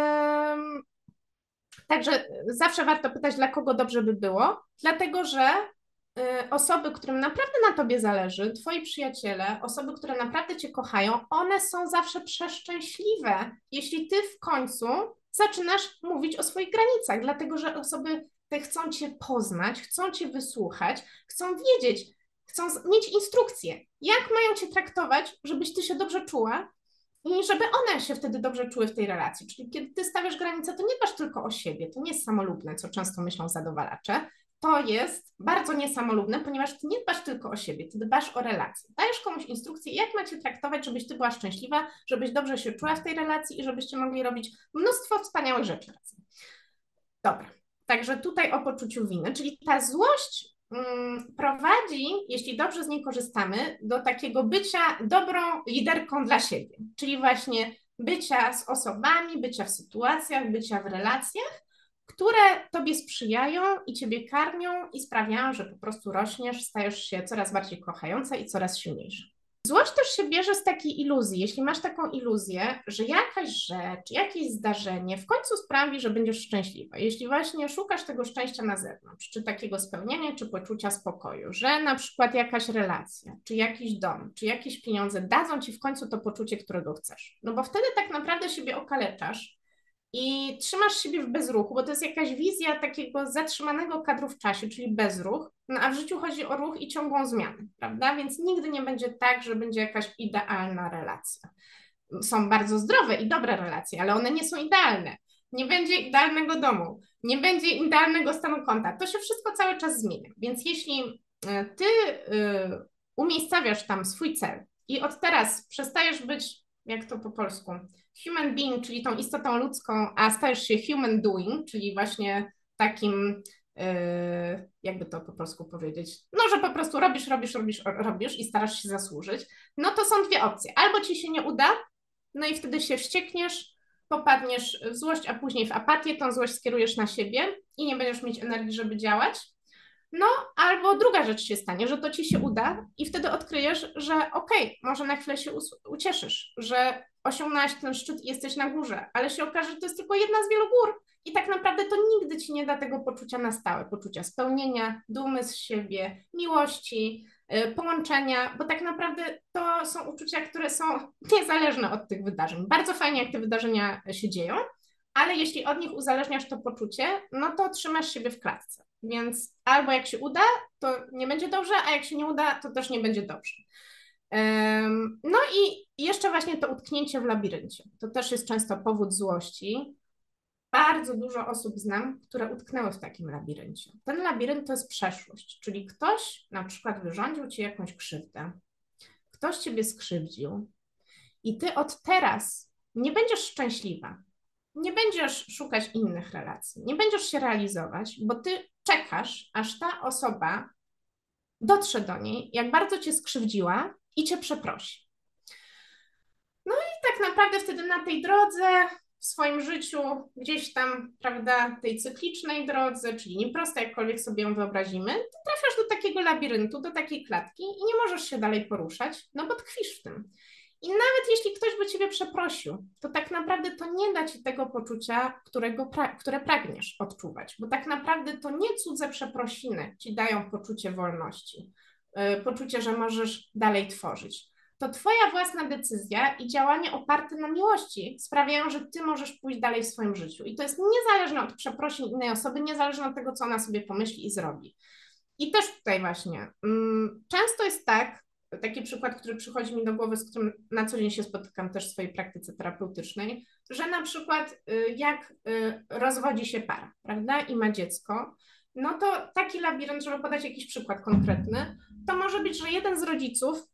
ym, także zawsze warto pytać, dla kogo dobrze by było, dlatego że y, osoby, którym naprawdę na tobie zależy, twoi przyjaciele, osoby, które naprawdę cię kochają, one są zawsze przeszczęśliwe, jeśli ty w końcu zaczynasz mówić o swoich granicach, dlatego że osoby te chcą cię poznać, chcą cię wysłuchać, chcą wiedzieć, chcą mieć instrukcje, jak mają cię traktować, żebyś ty się dobrze czuła i żeby one się wtedy dobrze czuły w tej relacji. Czyli kiedy ty stawiasz granice, to nie dbasz tylko o siebie, to nie jest samolubne, co często myślą zadowalacze, to jest bardzo niesamolubne, ponieważ ty nie dbasz tylko o siebie, ty dbasz o relacje. Dajesz komuś instrukcję, jak macie traktować, żebyś ty była szczęśliwa, żebyś dobrze się czuła w tej relacji i żebyście mogli robić mnóstwo wspaniałych rzeczy razem. Dobra, także tutaj o poczuciu winy, czyli ta złość prowadzi, jeśli dobrze z niej korzystamy, do takiego bycia dobrą liderką dla siebie, czyli właśnie bycia z osobami, bycia w sytuacjach, bycia w relacjach, które tobie sprzyjają i ciebie karmią i sprawiają, że po prostu rośniesz, stajesz się coraz bardziej kochająca i coraz silniejsza. Złość też się bierze z takiej iluzji. Jeśli masz taką iluzję, że jakaś rzecz, jakieś zdarzenie w końcu sprawi, że będziesz szczęśliwa. Jeśli właśnie szukasz tego szczęścia na zewnątrz, czy takiego spełnienia, czy poczucia spokoju, że na przykład jakaś relacja, czy jakiś dom, czy jakieś pieniądze dadzą ci w końcu to poczucie, którego chcesz. No bo wtedy tak naprawdę siebie okaleczasz i trzymasz siebie w bezruchu, bo to jest jakaś wizja takiego zatrzymanego kadru w czasie, czyli bezruch, no a w życiu chodzi o ruch i ciągłą zmianę, prawda? Więc nigdy nie będzie tak, że będzie jakaś idealna relacja. Są bardzo zdrowe i dobre relacje, ale one nie są idealne. Nie będzie idealnego domu, nie będzie idealnego stanu konta. To się wszystko cały czas zmienia. Więc jeśli ty y, umiejscawiasz tam swój cel i od teraz przestajesz być, jak to po polsku, human being, czyli tą istotą ludzką, a stajesz się human doing, czyli właśnie takim, yy, jakby to po polsku powiedzieć, no, że po prostu robisz, robisz, robisz, robisz i starasz się zasłużyć, no to są dwie opcje. Albo ci się nie uda, no i wtedy się wściekniesz, popadniesz w złość, a później w apatię, tą złość skierujesz na siebie i nie będziesz mieć energii, żeby działać. No, albo druga rzecz się stanie, że to ci się uda i wtedy odkryjesz, że okej, okay, może na chwilę się ucieszysz, że osiągnęłaś ten szczyt i jesteś na górze, ale się okaże, że to jest tylko jedna z wielu gór i tak naprawdę to nigdy ci nie da tego poczucia na stałe, poczucia spełnienia, dumy z siebie, miłości, yy, połączenia, bo tak naprawdę to są uczucia, które są niezależne od tych wydarzeń. Bardzo fajnie, jak te wydarzenia się dzieją, ale jeśli od nich uzależniasz to poczucie, no to trzymasz siebie w klatce. Więc albo jak się uda, to nie będzie dobrze, a jak się nie uda, to też nie będzie dobrze. Um, no i jeszcze właśnie to utknięcie w labiryncie. To też jest często powód złości. Bardzo dużo osób znam, które utknęły w takim labiryncie. Ten labirynt to jest przeszłość, czyli ktoś na przykład wyrządził ci jakąś krzywdę, ktoś ciebie skrzywdził i ty od teraz nie będziesz szczęśliwa. Nie będziesz szukać innych relacji, nie będziesz się realizować, bo ty czekasz, aż ta osoba dotrze do niej, jak bardzo cię skrzywdziła i cię przeprosi. No i tak naprawdę wtedy na tej drodze w swoim życiu gdzieś tam, prawda, tej cyklicznej drodze, czyli nieprosta, jakkolwiek sobie ją wyobrazimy, to trafiasz do takiego labiryntu, do takiej klatki i nie możesz się dalej poruszać, no bo tkwisz w tym. I nawet jeśli ktoś by ciebie przeprosił, to tak naprawdę to nie da ci tego poczucia, którego pra które pragniesz odczuwać, bo tak naprawdę to nie cudze przeprosiny ci dają poczucie wolności, yy, poczucie, że możesz dalej tworzyć. To twoja własna decyzja i działanie oparte na miłości sprawiają, że ty możesz pójść dalej w swoim życiu. I to jest niezależne od przeprosin innej osoby, niezależne od tego, co ona sobie pomyśli i zrobi. I też tutaj właśnie, um, często jest tak, taki przykład, który przychodzi mi do głowy, z którym na co dzień się spotykam też w swojej praktyce terapeutycznej, że na przykład y, jak y, rozwodzi się para, prawda, i ma dziecko, no to taki labirynt, żeby podać jakiś przykład konkretny, to może być, że jeden z rodziców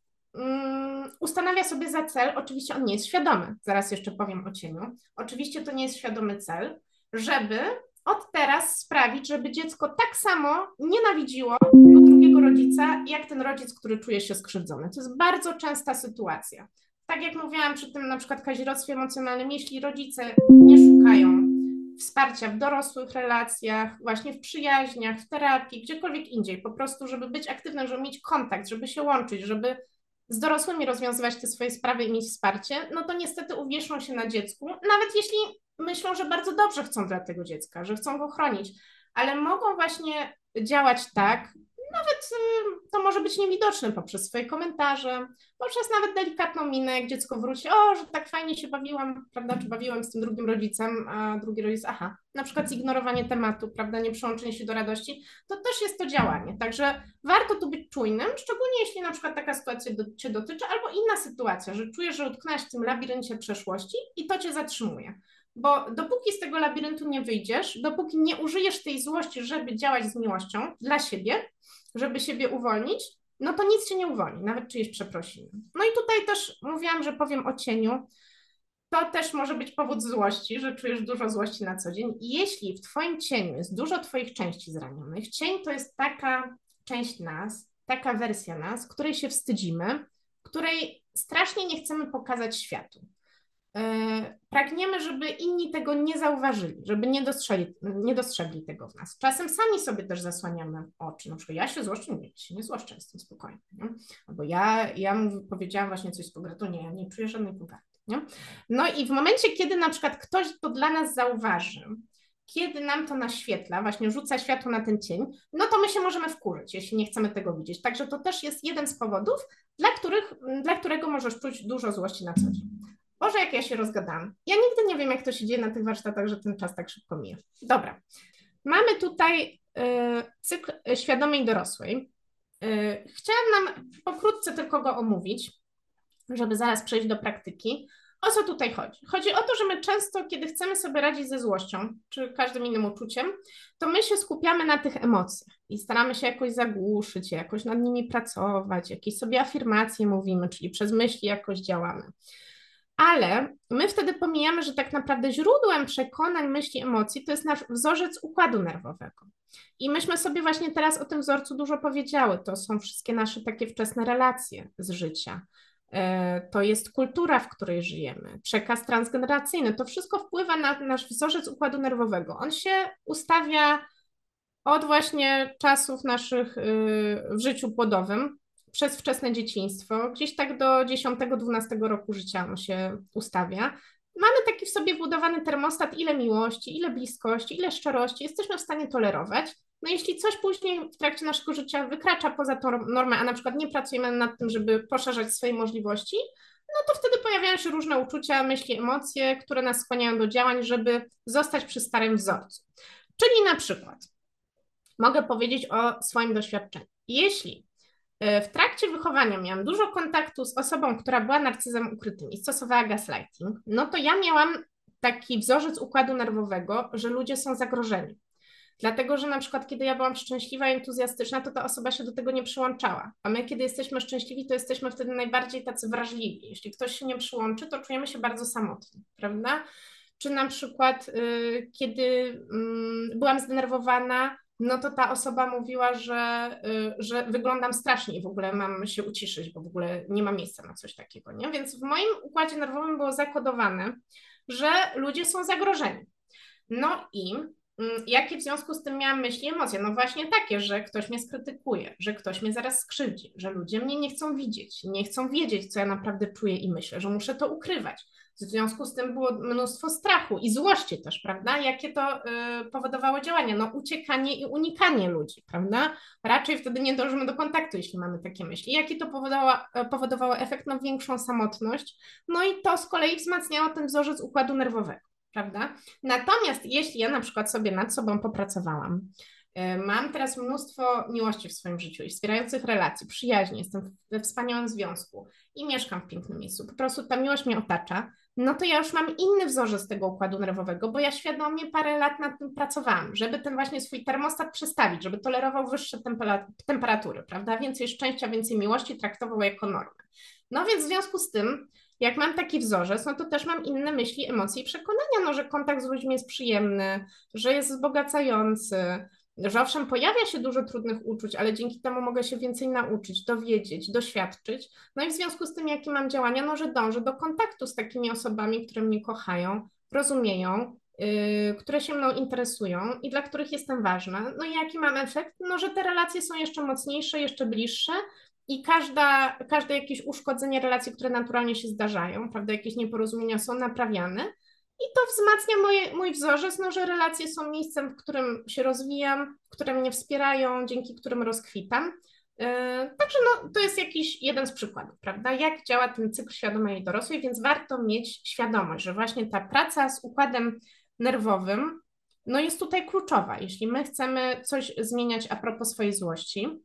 um, ustanawia sobie za cel, oczywiście on nie jest świadomy, zaraz jeszcze powiem o cieniu, oczywiście to nie jest świadomy cel, żeby od teraz sprawić, żeby dziecko tak samo nienawidziło tego drugiego rodzica, jak ten rodzic, który czuje się skrzywdzony. To jest bardzo częsta sytuacja. Tak jak mówiłam przy tym na przykład kazirodztwie emocjonalnym, jeśli rodzice nie szukają wsparcia w dorosłych relacjach, właśnie w przyjaźniach, w terapii, gdziekolwiek indziej, po prostu, żeby być aktywnym, żeby mieć kontakt, żeby się łączyć, żeby z dorosłymi rozwiązywać te swoje sprawy i mieć wsparcie, no to niestety uwieszą się na dziecku, nawet jeśli myślą, że bardzo dobrze chcą dla tego dziecka, że chcą go chronić, ale mogą właśnie działać tak, nawet to może być niewidoczne poprzez swoje komentarze, poprzez nawet delikatną minę, jak dziecko wróci, o, że tak fajnie się bawiłam, prawda, czy bawiłam z tym drugim rodzicem, a drugi rodzic, aha, na przykład zignorowanie tematu, prawda, nie przyłączenie się do radości, to też jest to działanie, także warto tu być czujnym, szczególnie jeśli na przykład taka sytuacja do, cię dotyczy, albo inna sytuacja, że czujesz, że utknęłaś w tym labiryncie przeszłości i to cię zatrzymuje. Bo dopóki z tego labiryntu nie wyjdziesz, dopóki nie użyjesz tej złości, żeby działać z miłością dla siebie, żeby siebie uwolnić, no to nic cię nie uwolni, nawet czyjeś przeprosiny. No i tutaj też mówiłam, że powiem o cieniu. To też może być powód złości, że czujesz dużo złości na co dzień. I jeśli w twoim cieniu jest dużo twoich części zranionych, cień to jest taka część nas, taka wersja nas, której się wstydzimy, której strasznie nie chcemy pokazać światu. Pragniemy, żeby inni tego nie zauważyli, żeby nie dostrzegli, nie dostrzegli tego w nas. Czasem sami sobie też zasłaniamy oczy. Na przykład ja się złoszczę, nie, się nie złoszczę, jestem spokojna. Nie? Albo ja, ja mu powiedziałam właśnie coś z pogardy, nie, ja nie czuję żadnej pogardy. Nie? No i w momencie, kiedy na przykład ktoś to dla nas zauważy, kiedy nam to naświetla, właśnie rzuca światło na ten cień, no to my się możemy wkurzyć, jeśli nie chcemy tego widzieć. Także to też jest jeden z powodów, dla, których, dla którego możesz czuć dużo złości na co dzień. Boże, jak ja się rozgadam. Ja nigdy nie wiem, jak to się dzieje na tych warsztatach, że ten czas tak szybko mija. Dobra. Mamy tutaj y, cykl świadomej dorosłej. Y, chciałam nam pokrótce tylko go omówić, żeby zaraz przejść do praktyki. O co tutaj chodzi? Chodzi o to, że my często, kiedy chcemy sobie radzić ze złością, czy każdym innym uczuciem, to my się skupiamy na tych emocjach i staramy się jakoś zagłuszyć, jakoś nad nimi pracować, jakieś sobie afirmacje mówimy, czyli przez myśli jakoś działamy. Ale my wtedy pomijamy, że tak naprawdę źródłem przekonań, myśli, emocji to jest nasz wzorzec układu nerwowego. I myśmy sobie właśnie teraz o tym wzorcu dużo powiedziały. To są wszystkie nasze takie wczesne relacje z życia. To jest kultura, w której żyjemy, przekaz transgeneracyjny. To wszystko wpływa na nasz wzorzec układu nerwowego. On się ustawia od właśnie czasów naszych w życiu płodowym, przez wczesne dzieciństwo, gdzieś tak do dziesiątego dwunastego roku życia on się ustawia. Mamy taki w sobie wbudowany termostat, ile miłości, ile bliskości, ile szczerości jesteśmy w stanie tolerować. No jeśli coś później w trakcie naszego życia wykracza poza tą normę, a na przykład nie pracujemy nad tym, żeby poszerzać swoje możliwości, no to wtedy pojawiają się różne uczucia, myśli, emocje, które nas skłaniają do działań, żeby zostać przy starym wzorcu. Czyli na przykład mogę powiedzieć o swoim doświadczeniu. Jeśli w trakcie wychowania miałam dużo kontaktu z osobą, która była narcyzem ukrytym i stosowała gaslighting, no to ja miałam taki wzorzec układu nerwowego, że ludzie są zagrożeni. Dlatego, że na przykład kiedy ja byłam szczęśliwa i entuzjastyczna, to ta osoba się do tego nie przyłączała. A my, kiedy jesteśmy szczęśliwi, to jesteśmy wtedy najbardziej tacy wrażliwi. Jeśli ktoś się nie przyłączy, to czujemy się bardzo samotni, prawda? Czy na przykład yy, kiedy yy, byłam zdenerwowana, no to ta osoba mówiła, że, że wyglądam strasznie i w ogóle mam się uciszyć, bo w ogóle nie ma miejsca na coś takiego, nie? Więc w moim układzie nerwowym było zakodowane, że ludzie są zagrożeni. No i jakie w związku z tym miałam myśli, emocje? No właśnie takie, że ktoś mnie skrytykuje, że ktoś mnie zaraz skrzywdzi, że ludzie mnie nie chcą widzieć, nie chcą wiedzieć, co ja naprawdę czuję i myślę, że muszę to ukrywać. W związku z tym było mnóstwo strachu i złości też, prawda? Jakie to y, powodowało działania? No uciekanie i unikanie ludzi, prawda? Raczej wtedy nie dążymy do kontaktu, jeśli mamy takie myśli. Jaki to powodowało, powodowało efekt? No większą samotność. No i to z kolei wzmacniało ten wzorzec układu nerwowego. Prawda? Natomiast jeśli ja na przykład sobie nad sobą popracowałam, mam teraz mnóstwo miłości w swoim życiu i wspierających relacji, przyjaźni, jestem we wspaniałym związku i mieszkam w pięknym miejscu, po prostu ta miłość mnie otacza, no to ja już mam inny wzorzec tego układu nerwowego, bo ja świadomie parę lat nad tym pracowałam, żeby ten właśnie swój termostat przestawić, żeby tolerował wyższe temperatury, prawda? Więcej szczęścia, więcej miłości traktował jako normę. No więc w związku z tym, jak mam taki wzorzec, no to też mam inne myśli, emocje i przekonania, no, że kontakt z ludźmi jest przyjemny, że jest wzbogacający, że owszem, pojawia się dużo trudnych uczuć, ale dzięki temu mogę się więcej nauczyć, dowiedzieć, doświadczyć. No i w związku z tym, jakie mam działania, no, że dążę do kontaktu z takimi osobami, które mnie kochają, rozumieją, yy, które się mną interesują i dla których jestem ważna. No i jaki mam efekt? No, że te relacje są jeszcze mocniejsze, jeszcze bliższe, i każda, każde jakieś uszkodzenie relacji, które naturalnie się zdarzają, prawda, jakieś nieporozumienia są naprawiane i to wzmacnia moje, mój wzorzec, no, że relacje są miejscem, w którym się rozwijam, które mnie wspierają, dzięki którym rozkwitam. Yy, także no, to jest jakiś jeden z przykładów, prawda, jak działa ten cykl świadomej i dorosłej, więc warto mieć świadomość, że właśnie ta praca z układem nerwowym no, jest tutaj kluczowa, jeśli my chcemy coś zmieniać a propos swojej złości.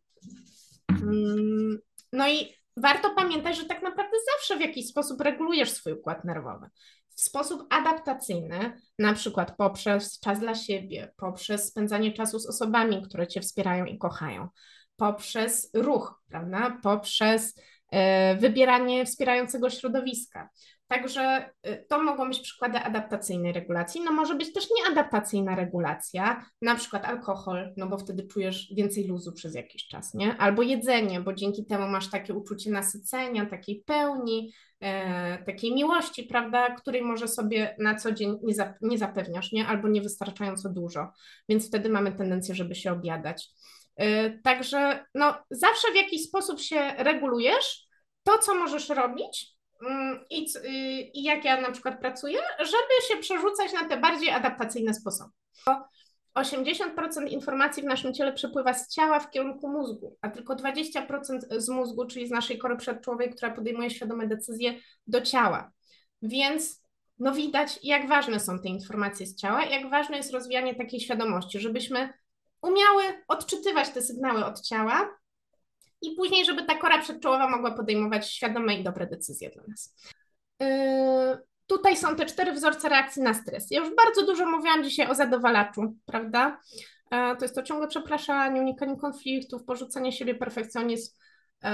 No i warto pamiętać, że tak naprawdę zawsze w jakiś sposób regulujesz swój układ nerwowy. W sposób adaptacyjny, na przykład poprzez czas dla siebie, poprzez spędzanie czasu z osobami, które cię wspierają i kochają, poprzez ruch, prawda? Poprzez y, wybieranie wspierającego środowiska. Także y, to mogą być przykłady adaptacyjnej regulacji. No może być też nieadaptacyjna regulacja, na przykład alkohol, no bo wtedy czujesz więcej luzu przez jakiś czas, nie? Albo jedzenie, bo dzięki temu masz takie uczucie nasycenia, takiej pełni, e, takiej miłości, prawda, której może sobie na co dzień nie, zap nie zapewniasz, nie? Albo niewystarczająco dużo, więc wtedy mamy tendencję, żeby się objadać. E, także no zawsze w jakiś sposób się regulujesz, to co możesz robić, I, I jak ja na przykład pracuję, żeby się przerzucać na te bardziej adaptacyjne sposoby. osiemdziesiąt procent informacji w naszym ciele przepływa z ciała w kierunku mózgu, a tylko dwadzieścia procent z mózgu, czyli z naszej kory przedczołowej, która podejmuje świadome decyzje, do ciała. Więc no widać, jak ważne są te informacje z ciała, jak ważne jest rozwijanie takiej świadomości, żebyśmy umiały odczytywać te sygnały od ciała, i później, żeby ta kora przedczołowa mogła podejmować świadome i dobre decyzje dla nas. Yy, tutaj są te cztery wzorce reakcji na stres. Ja już bardzo dużo mówiłam dzisiaj o zadowalaczu, prawda? Yy, to jest to ciągłe przepraszanie, unikanie konfliktów, porzucanie siebie, perfekcjonizm. Yy,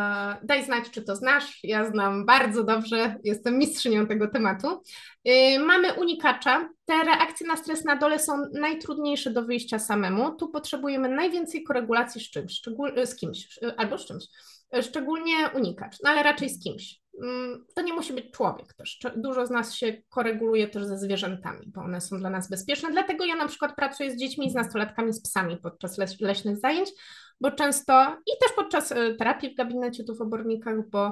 daj znać, czy to znasz. Ja znam bardzo dobrze, jestem mistrzynią tego tematu. Yy, mamy unikacza. Te reakcje na stres na dole są najtrudniejsze do wyjścia samemu. Tu potrzebujemy najwięcej koregulacji z czymś, z kimś albo z czymś. Szczególnie unikacz, no ale raczej z kimś. To nie musi być człowiek też. Dużo z nas się koreguluje też ze zwierzętami, bo one są dla nas bezpieczne. Dlatego ja na przykład pracuję z dziećmi, z nastolatkami, z psami podczas leś leśnych zajęć, bo często i też podczas terapii w gabinecie tu w Obornikach, bo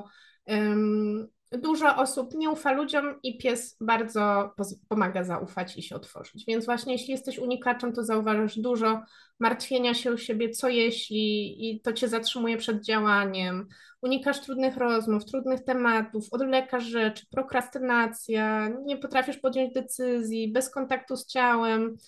um, dużo osób nie ufa ludziom i pies bardzo pomaga zaufać i się otworzyć. Więc właśnie jeśli jesteś unikaczem, to zauważasz dużo martwienia się o siebie, co jeśli, i to cię zatrzymuje przed działaniem. Unikasz trudnych rozmów, trudnych tematów, odwlekasz rzeczy, prokrastynacja, nie potrafisz podjąć decyzji, bez kontaktu z ciałem.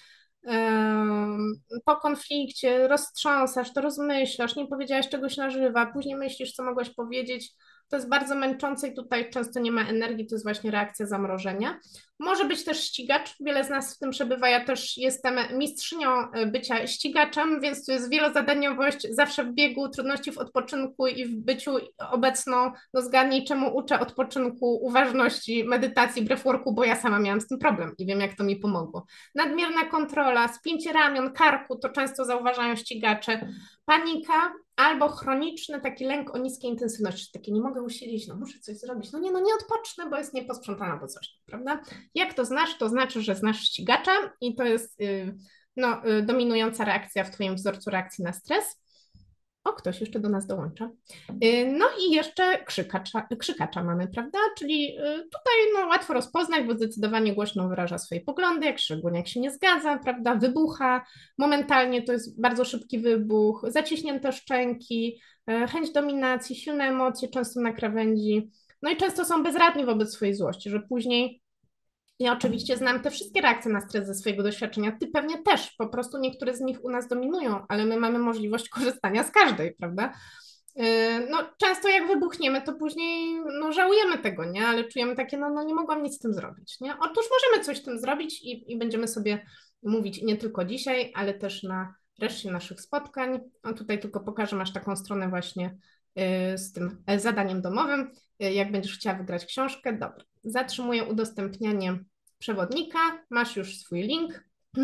Po konflikcie roztrząsasz, to rozmyślasz, nie powiedziałaś czegoś na żywo, później myślisz, co mogłaś powiedzieć. To jest bardzo męczące i tutaj często nie ma energii, to jest właśnie reakcja zamrożenia. Może być też ścigacz, wiele z nas w tym przebywa, ja też jestem mistrzynią bycia ścigaczem, więc tu jest wielozadaniowość, zawsze w biegu, trudności w odpoczynku i w byciu obecną. No zgadnij, czemu uczę odpoczynku, uważności, medytacji, breathworku, bo ja sama miałam z tym problem i wiem, jak to mi pomogło. Nadmierna kontrola, spięcie ramion, karku, to często zauważają ścigacze. Panika, albo chroniczny taki lęk o niskiej intensywności, takie nie mogę usilić, no muszę coś zrobić, no nie, no nie odpocznę, bo jest nieposprzątane albo coś, prawda? Jak to znasz? To znaczy, że znasz ścigacza i to jest yy, no, yy, dominująca reakcja w Twoim wzorcu reakcji na stres. O, ktoś jeszcze do nas dołącza. Yy, No i jeszcze krzykacza, krzykacza mamy, prawda? Czyli yy, tutaj no, łatwo rozpoznać, bo zdecydowanie głośno wyraża swoje poglądy, jak szczególnie jak się nie zgadza, prawda? Wybucha momentalnie, to jest bardzo szybki wybuch, zaciśnięte szczęki, yy, chęć dominacji, silne emocje, często na krawędzi. No i często są bezradni wobec swojej złości, że później ja oczywiście znam te wszystkie reakcje na stres ze swojego doświadczenia. Ty pewnie też, po prostu niektóre z nich u nas dominują, ale my mamy możliwość korzystania z każdej, prawda? Yy, No, często jak wybuchniemy, to później no, żałujemy tego, nie? Ale czujemy takie, no, no nie mogłam nic z tym zrobić, nie? Otóż możemy coś z tym zrobić i, i będziemy sobie mówić nie tylko dzisiaj, ale też na reszcie naszych spotkań. O, tutaj tylko pokażę, masz taką stronę właśnie yy, z tym e, zadaniem domowym. Yy, Jak będziesz chciała wygrać książkę, dobra. Zatrzymuję udostępnianie przewodnika, masz już swój link.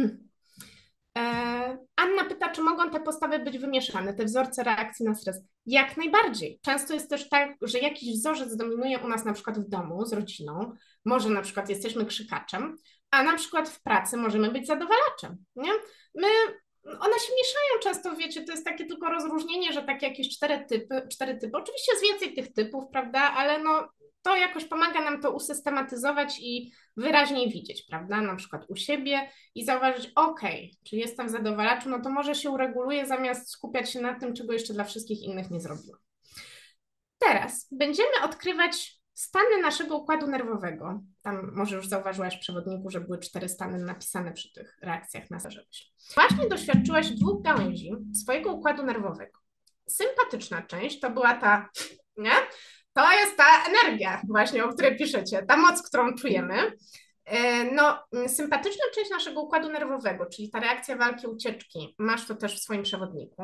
E, Anna pyta, czy mogą te postawy być wymieszane, te wzorce reakcji na stres? Jak najbardziej. Często jest też tak, że jakiś wzorzec dominuje u nas na przykład w domu z rodziną, może na przykład jesteśmy krzykaczem, a na przykład w pracy możemy być zadowalaczem, nie? My, one się mieszają często, wiecie, to jest takie tylko rozróżnienie, że takie jakieś cztery typy, cztery typy, oczywiście jest więcej tych typów, prawda, ale no to jakoś pomaga nam to usystematyzować i wyraźniej widzieć, prawda, na przykład u siebie i zauważyć, ok, czy jestem zadowalaczem, no to może się ureguluje zamiast skupiać się na tym, czego jeszcze dla wszystkich innych nie zrobiłam. Teraz będziemy odkrywać stany naszego układu nerwowego. Tam może już zauważyłaś w przewodniku, że były cztery stany napisane przy tych reakcjach na myśl. Właśnie doświadczyłaś dwóch gałęzi swojego układu nerwowego. Sympatyczna część to była ta, nie? To jest ta energia właśnie, o której piszecie, ta moc, którą czujemy. No, sympatyczna część naszego układu nerwowego, czyli ta reakcja walki, ucieczki, masz to też w swoim przewodniku,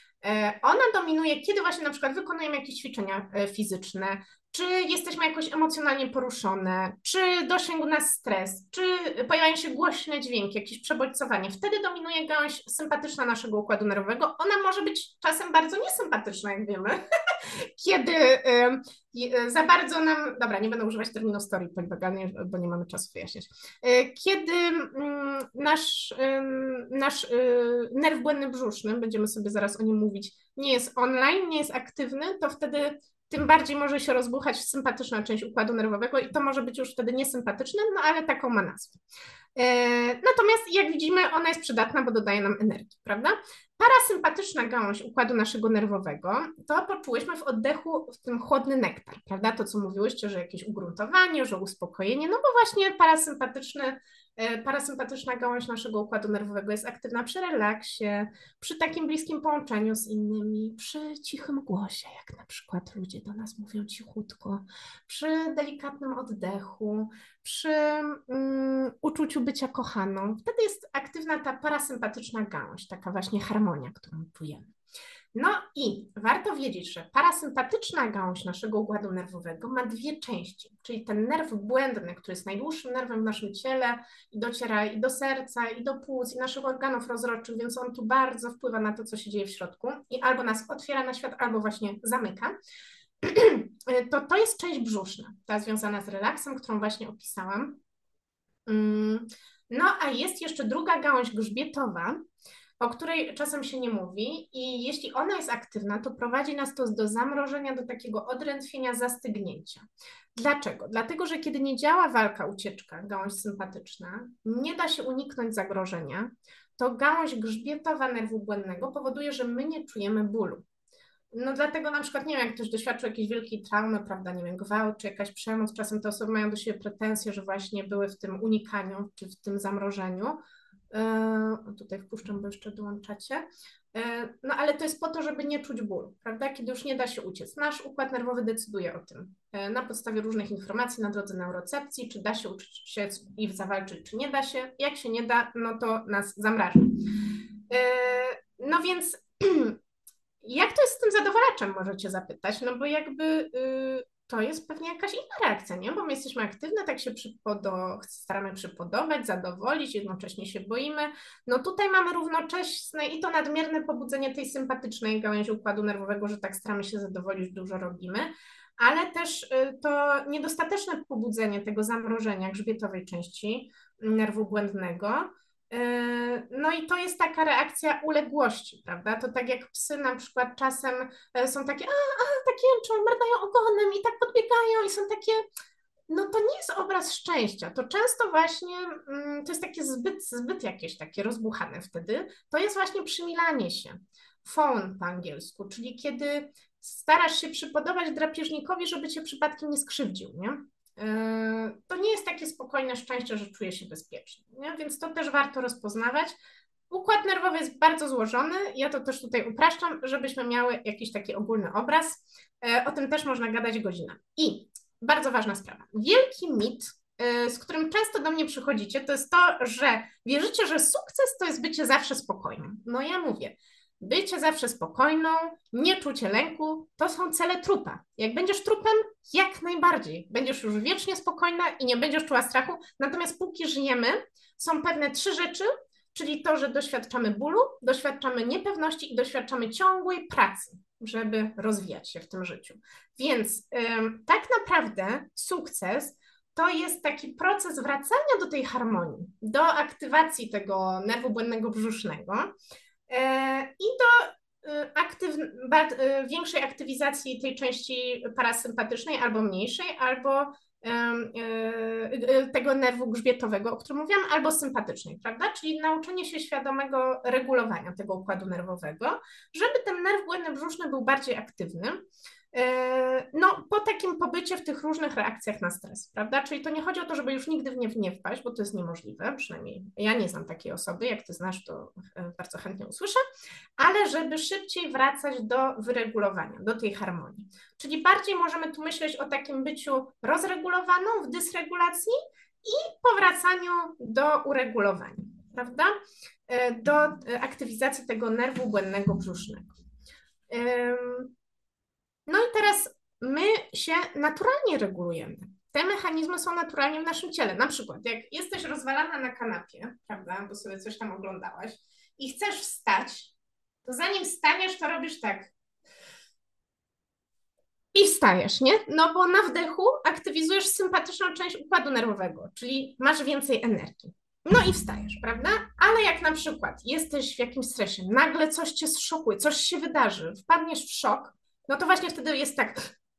ona dominuje, kiedy właśnie na przykład wykonujemy jakieś ćwiczenia fizyczne, czy jesteśmy jakoś emocjonalnie poruszone, czy dosięgł nas stres, czy pojawiają się głośne dźwięki, jakieś przebodźcowanie. Wtedy dominuje gałąź sympatyczna naszego układu nerwowego. Ona może być czasem bardzo niesympatyczna, jak wiemy, kiedy y, za bardzo nam, dobra, nie będę używać terminu storytelling, bo nie mamy czasu wyjaśniać, y, kiedy y, nasz, y, nasz y, nerw błędny brzuszny, będziemy sobie zaraz o nim mówić, nie jest online, nie jest aktywny, to wtedy tym bardziej może się rozbuchać sympatyczna część układu nerwowego i to może być już wtedy niesympatyczne, no ale taką ma nazwę. Natomiast jak widzimy, ona jest przydatna, bo dodaje nam energii, prawda? Parasympatyczna gałąź układu naszego nerwowego, to poczułyśmy w oddechu w tym chłodny nektar, prawda? To, co mówiłyście, że jakieś ugruntowanie, że uspokojenie, no bo właśnie parasympatyczny, parasympatyczna gałąź naszego układu nerwowego jest aktywna przy relaksie, przy takim bliskim połączeniu z innymi, przy cichym głosie, jak na przykład ludzie do nas mówią cichutko, przy delikatnym oddechu, przy um, uczuciu bycia kochaną. Wtedy jest aktywna ta parasympatyczna gałąź, taka właśnie harmonia, którą czujemy. No i warto wiedzieć, że parasympatyczna gałąź naszego układu nerwowego ma dwie części, czyli ten nerw błędny, który jest najdłuższym nerwem w naszym ciele i dociera i do serca, i do płuc, i naszych organów rozrodczych, więc on tu bardzo wpływa na to, co się dzieje w środku i albo nas otwiera na świat, albo właśnie zamyka. To, to jest część brzuszna, ta związana z relaksem, którą właśnie opisałam. No a jest jeszcze druga gałąź grzbietowa, o której czasem się nie mówi i jeśli ona jest aktywna, to prowadzi nas to do zamrożenia, do takiego odrętwienia, zastygnięcia. Dlaczego? Dlatego, że kiedy nie działa walka, ucieczka, gałąź sympatyczna, nie da się uniknąć zagrożenia, to gałąź grzbietowa nerwu błędnego powoduje, że my nie czujemy bólu. No dlatego na przykład, nie wiem, jak ktoś doświadczył jakiejś wielkiej traumy, prawda, nie wiem, gwałt czy jakaś przemoc, czasem te osoby mają do siebie pretensje, że właśnie były w tym unikaniu czy w tym zamrożeniu. Yy, tutaj wpuszczam, bo jeszcze dołączacie. Yy, no ale to jest po to, żeby nie czuć bólu, prawda, kiedy już nie da się uciec. Nasz układ nerwowy decyduje o tym yy, na podstawie różnych informacji na drodze neurocepcji, czy da się uciec i zawalczyć, czy nie da się. Jak się nie da, no to nas zamraża. Yy, no więc jak to jest z tym zadowalaczem, możecie zapytać, no bo jakby yy, to jest pewnie jakaś inna reakcja, nie? Bo my jesteśmy aktywne, tak się przypodo staramy przypodobać, zadowolić, jednocześnie się boimy. No tutaj mamy równocześnie i to nadmierne pobudzenie tej sympatycznej gałęzi układu nerwowego, że tak staramy się zadowolić, dużo robimy, ale też y, to niedostateczne pobudzenie tego zamrożenia grzbietowej części nerwu błędnego. Yy, No i to jest taka reakcja uległości, prawda? To tak jak psy na przykład czasem e, są takie, a, a, tak jęczą, mrdają ogonem i tak podbiegają i są takie, no to nie jest obraz szczęścia. To często właśnie, mm, to jest takie zbyt, zbyt jakieś takie rozbuchane wtedy. To jest właśnie przymilanie się. Fawn po angielsku, czyli kiedy starasz się przypodobać drapieżnikowi, żeby cię przypadkiem nie skrzywdził, nie? Yy, To nie jest takie spokojne szczęście, że czuję się bezpiecznie, nie? Więc to też warto rozpoznawać. Układ nerwowy jest bardzo złożony. Ja to też tutaj upraszczam, żebyśmy miały jakiś taki ogólny obraz. E, O tym też można gadać godzinami. I bardzo ważna sprawa. Wielki mit, e, z którym często do mnie przychodzicie, to jest to, że wierzycie, że sukces to jest bycie zawsze spokojnym. No ja mówię, bycie zawsze spokojną, nieczucie lęku, to są cele trupa. Jak będziesz trupem, jak najbardziej. Będziesz już wiecznie spokojna i nie będziesz czuła strachu. Natomiast póki żyjemy, są pewne trzy rzeczy, czyli to, że doświadczamy bólu, doświadczamy niepewności i doświadczamy ciągłej pracy, żeby rozwijać się w tym życiu. Więc ym, tak naprawdę sukces to jest taki proces wracania do tej harmonii, do aktywacji tego nerwu błędnego brzusznego yy, i do yy, aktyw, ba, yy, większej aktywizacji tej części parasympatycznej albo mniejszej, albo tego nerwu grzbietowego, o którym mówiłam, albo sympatycznej, prawda? Czyli nauczenie się świadomego regulowania tego układu nerwowego, żeby ten nerw błędny brzuszny był bardziej aktywny. No, po takim pobycie w tych różnych reakcjach na stres, prawda? Czyli to nie chodzi o to, żeby już nigdy w nie nie wpaść, bo to jest niemożliwe, przynajmniej ja nie znam takiej osoby, jak ty znasz, to bardzo chętnie usłyszę, ale żeby szybciej wracać do wyregulowania, do tej harmonii. Czyli bardziej możemy tu myśleć o takim byciu rozregulowaną w dysregulacji i powracaniu do uregulowania, prawda? Do aktywizacji tego nerwu błędnego brzusznego. No i teraz my się naturalnie regulujemy. Te mechanizmy są naturalnie w naszym ciele. Na przykład, jak jesteś rozwalana na kanapie, prawda, bo sobie coś tam oglądałaś i chcesz wstać, to zanim wstaniesz, to robisz tak. I wstajesz, nie? No bo na wdechu aktywizujesz sympatyczną część układu nerwowego, czyli masz więcej energii. No i wstajesz, prawda? Ale jak na przykład jesteś w jakimś stresie, nagle coś cię zszokuje, coś się wydarzy, wpadniesz w szok, no to właśnie wtedy jest tak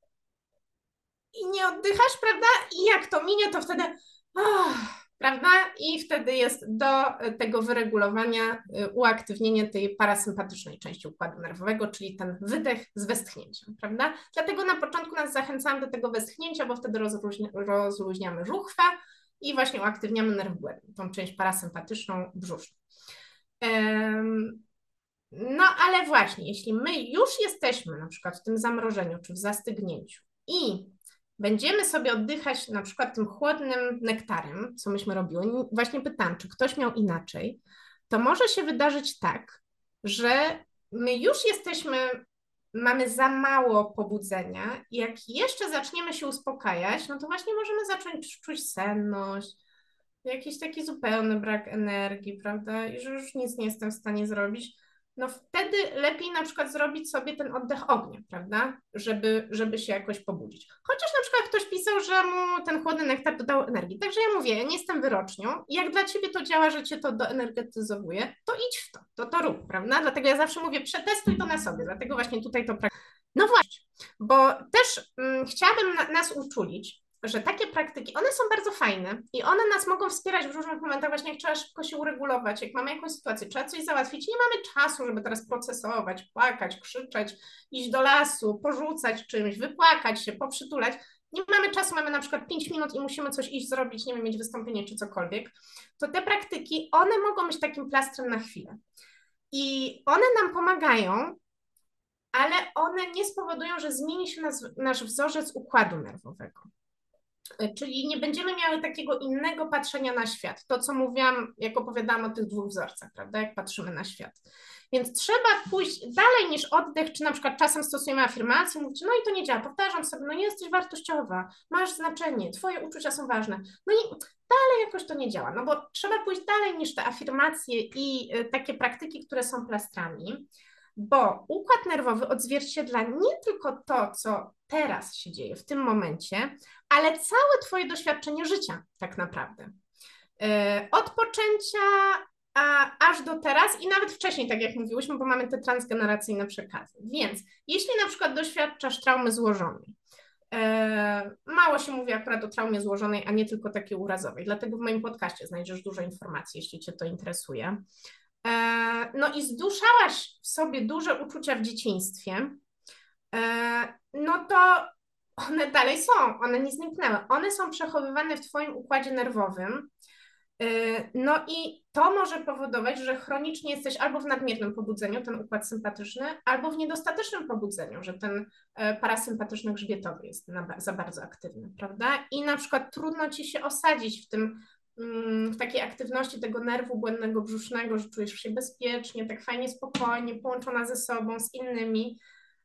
i nie oddychasz, prawda? I jak to minie, to wtedy oh, prawda? I wtedy jest do tego wyregulowania uaktywnienie tej parasympatycznej części układu nerwowego, czyli ten wydech z westchnięciem, prawda? Dlatego na początku nas zachęcałam do tego westchnięcia, bo wtedy rozluźnia, rozluźniamy żuchwę i właśnie uaktywniamy nerw błędny, tą część parasympatyczną brzuszną. Um, No ale właśnie, jeśli my już jesteśmy na przykład w tym zamrożeniu czy w zastygnięciu i będziemy sobie oddychać na przykład tym chłodnym nektarem, co myśmy robiły, właśnie pytałam, czy ktoś miał inaczej, to może się wydarzyć tak, że my już jesteśmy, mamy za mało pobudzenia i jak jeszcze zaczniemy się uspokajać, no to właśnie możemy zacząć czuć senność, jakiś taki zupełny brak energii, prawda, i że już nic nie jestem w stanie zrobić. No wtedy lepiej na przykład zrobić sobie ten oddech ognia, prawda, żeby, żeby się jakoś pobudzić. Chociaż na przykład ktoś pisał, że mu ten chłodny nektar dodał energii. Także ja mówię, ja nie jestem wyrocznią i jak dla ciebie to działa, że cię to doenergetyzowuje, to idź w to, to to rób, prawda? Dlatego ja zawsze mówię, przetestuj to na sobie, dlatego właśnie tutaj to praktykuję. No właśnie, bo też mm, chciałabym na, nas uczulić, że takie praktyki, one są bardzo fajne i one nas mogą wspierać w różnych momentach, właśnie jak trzeba szybko się uregulować, jak mamy jakąś sytuację, trzeba coś załatwić, nie mamy czasu, żeby teraz procesować, płakać, krzyczeć, iść do lasu, porzucać czymś, wypłakać się, poprzytulać. Nie mamy czasu, mamy na przykład pięć minut i musimy coś iść zrobić, nie wiem, mieć wystąpienie czy cokolwiek, to te praktyki, one mogą być takim plastrem na chwilę. I one nam pomagają, ale one nie spowodują, że zmieni się nas, nasz wzorzec układu nerwowego. Czyli nie będziemy miały takiego innego patrzenia na świat. To, co mówiłam, jak opowiadałam o tych dwóch wzorcach, prawda, jak patrzymy na świat. Więc trzeba pójść dalej niż oddech, czy na przykład czasem stosujemy afirmacje, mówicie, no i to nie działa, powtarzam sobie, no jesteś wartościowa, masz znaczenie, twoje uczucia są ważne. No i dalej jakoś to nie działa, no bo trzeba pójść dalej niż te afirmacje i y, takie praktyki, które są plastrami, bo układ nerwowy odzwierciedla nie tylko to, co teraz się dzieje w tym momencie, ale całe twoje doświadczenie życia tak naprawdę. Yy, od poczęcia a, aż do teraz i nawet wcześniej, tak jak mówiłyśmy, bo mamy te transgeneracyjne przekazy. Więc jeśli na przykład doświadczasz traumy złożonej, yy, mało się mówi akurat o traumie złożonej, a nie tylko takiej urazowej, dlatego w moim podcaście znajdziesz dużo informacji, jeśli cię to interesuje. Yy, no i zduszałaś w sobie duże uczucia w dzieciństwie, yy, no to one dalej są, one nie zniknęły. One są przechowywane w twoim układzie nerwowym. No i to może powodować, że chronicznie jesteś albo w nadmiernym pobudzeniu, ten układ sympatyczny, albo w niedostatecznym pobudzeniu, że ten parasympatyczno-grzbietowy jest za bardzo aktywny, prawda? I na przykład trudno ci się osadzić w tym, w takiej aktywności tego nerwu błędnego brzusznego, że czujesz się bezpiecznie, tak fajnie, spokojnie, połączona ze sobą, z innymi.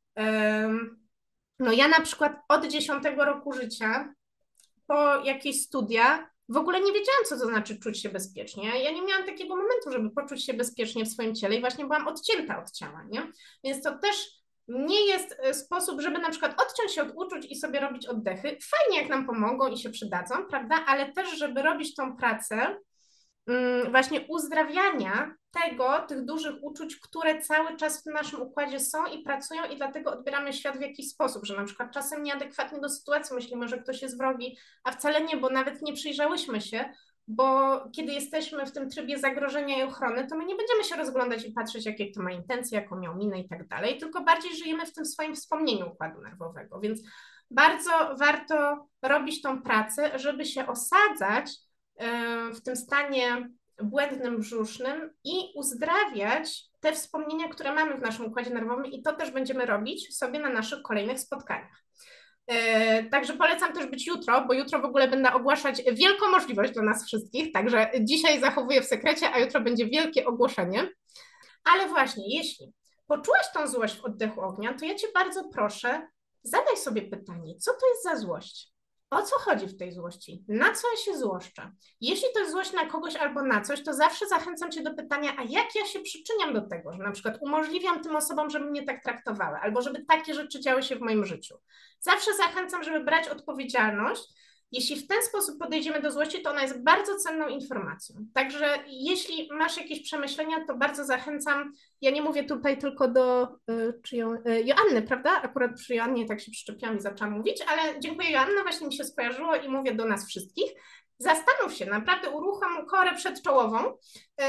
No ja na przykład od dziesiątego roku życia po jakieś studia w ogóle nie wiedziałam, co to znaczy czuć się bezpiecznie. Ja nie miałam takiego momentu, żeby poczuć się bezpiecznie w swoim ciele i właśnie byłam odcięta od ciała, nie? Więc to też nie jest sposób, żeby na przykład odciąć się od uczuć i sobie robić oddechy. Fajnie, jak nam pomogą i się przydadzą, prawda? Ale też, żeby robić tą pracę właśnie uzdrawiania tego, tych dużych uczuć, które cały czas w naszym układzie są i pracują i dlatego odbieramy świat w jakiś sposób, że na przykład czasem nieadekwatnie do sytuacji myślimy, że ktoś jest wrogi, a wcale nie, bo nawet nie przyjrzałyśmy się, bo kiedy jesteśmy w tym trybie zagrożenia i ochrony, to my nie będziemy się rozglądać i patrzeć, jakie to ma intencje, jaką miał minę i tak dalej, tylko bardziej żyjemy w tym swoim wspomnieniu układu nerwowego, więc bardzo warto robić tą pracę, żeby się osadzać w tym stanie błędnym brzusznym i uzdrawiać te wspomnienia, które mamy w naszym układzie nerwowym i to też będziemy robić sobie na naszych kolejnych spotkaniach. Także polecam też być jutro, bo jutro w ogóle będę ogłaszać wielką możliwość dla nas wszystkich, także dzisiaj zachowuję w sekrecie, a jutro będzie wielkie ogłoszenie. Ale właśnie, jeśli poczułaś tą złość w oddechu ognia, to ja Cię bardzo proszę, zadaj sobie pytanie, co to jest za złość? O co chodzi w tej złości? Na co ja się złoszczę? Jeśli to jest złość na kogoś albo na coś, to zawsze zachęcam Cię do pytania, a jak ja się przyczyniam do tego, że na przykład umożliwiam tym osobom, żeby mnie tak traktowały, albo żeby takie rzeczy działy się w moim życiu. Zawsze zachęcam, żeby brać odpowiedzialność. Jeśli w ten sposób podejdziemy do złości, to ona jest bardzo cenną informacją. Także jeśli masz jakieś przemyślenia, to bardzo zachęcam. Ja nie mówię tutaj tylko do y, czy ją, y, Joanny, prawda? Akurat przy Joannie tak się przyczepiłam i zaczęłam mówić, ale dziękuję Joanna, właśnie mi się skojarzyło i mówię do nas wszystkich. Zastanów się, naprawdę uruchom korę przedczołową, y,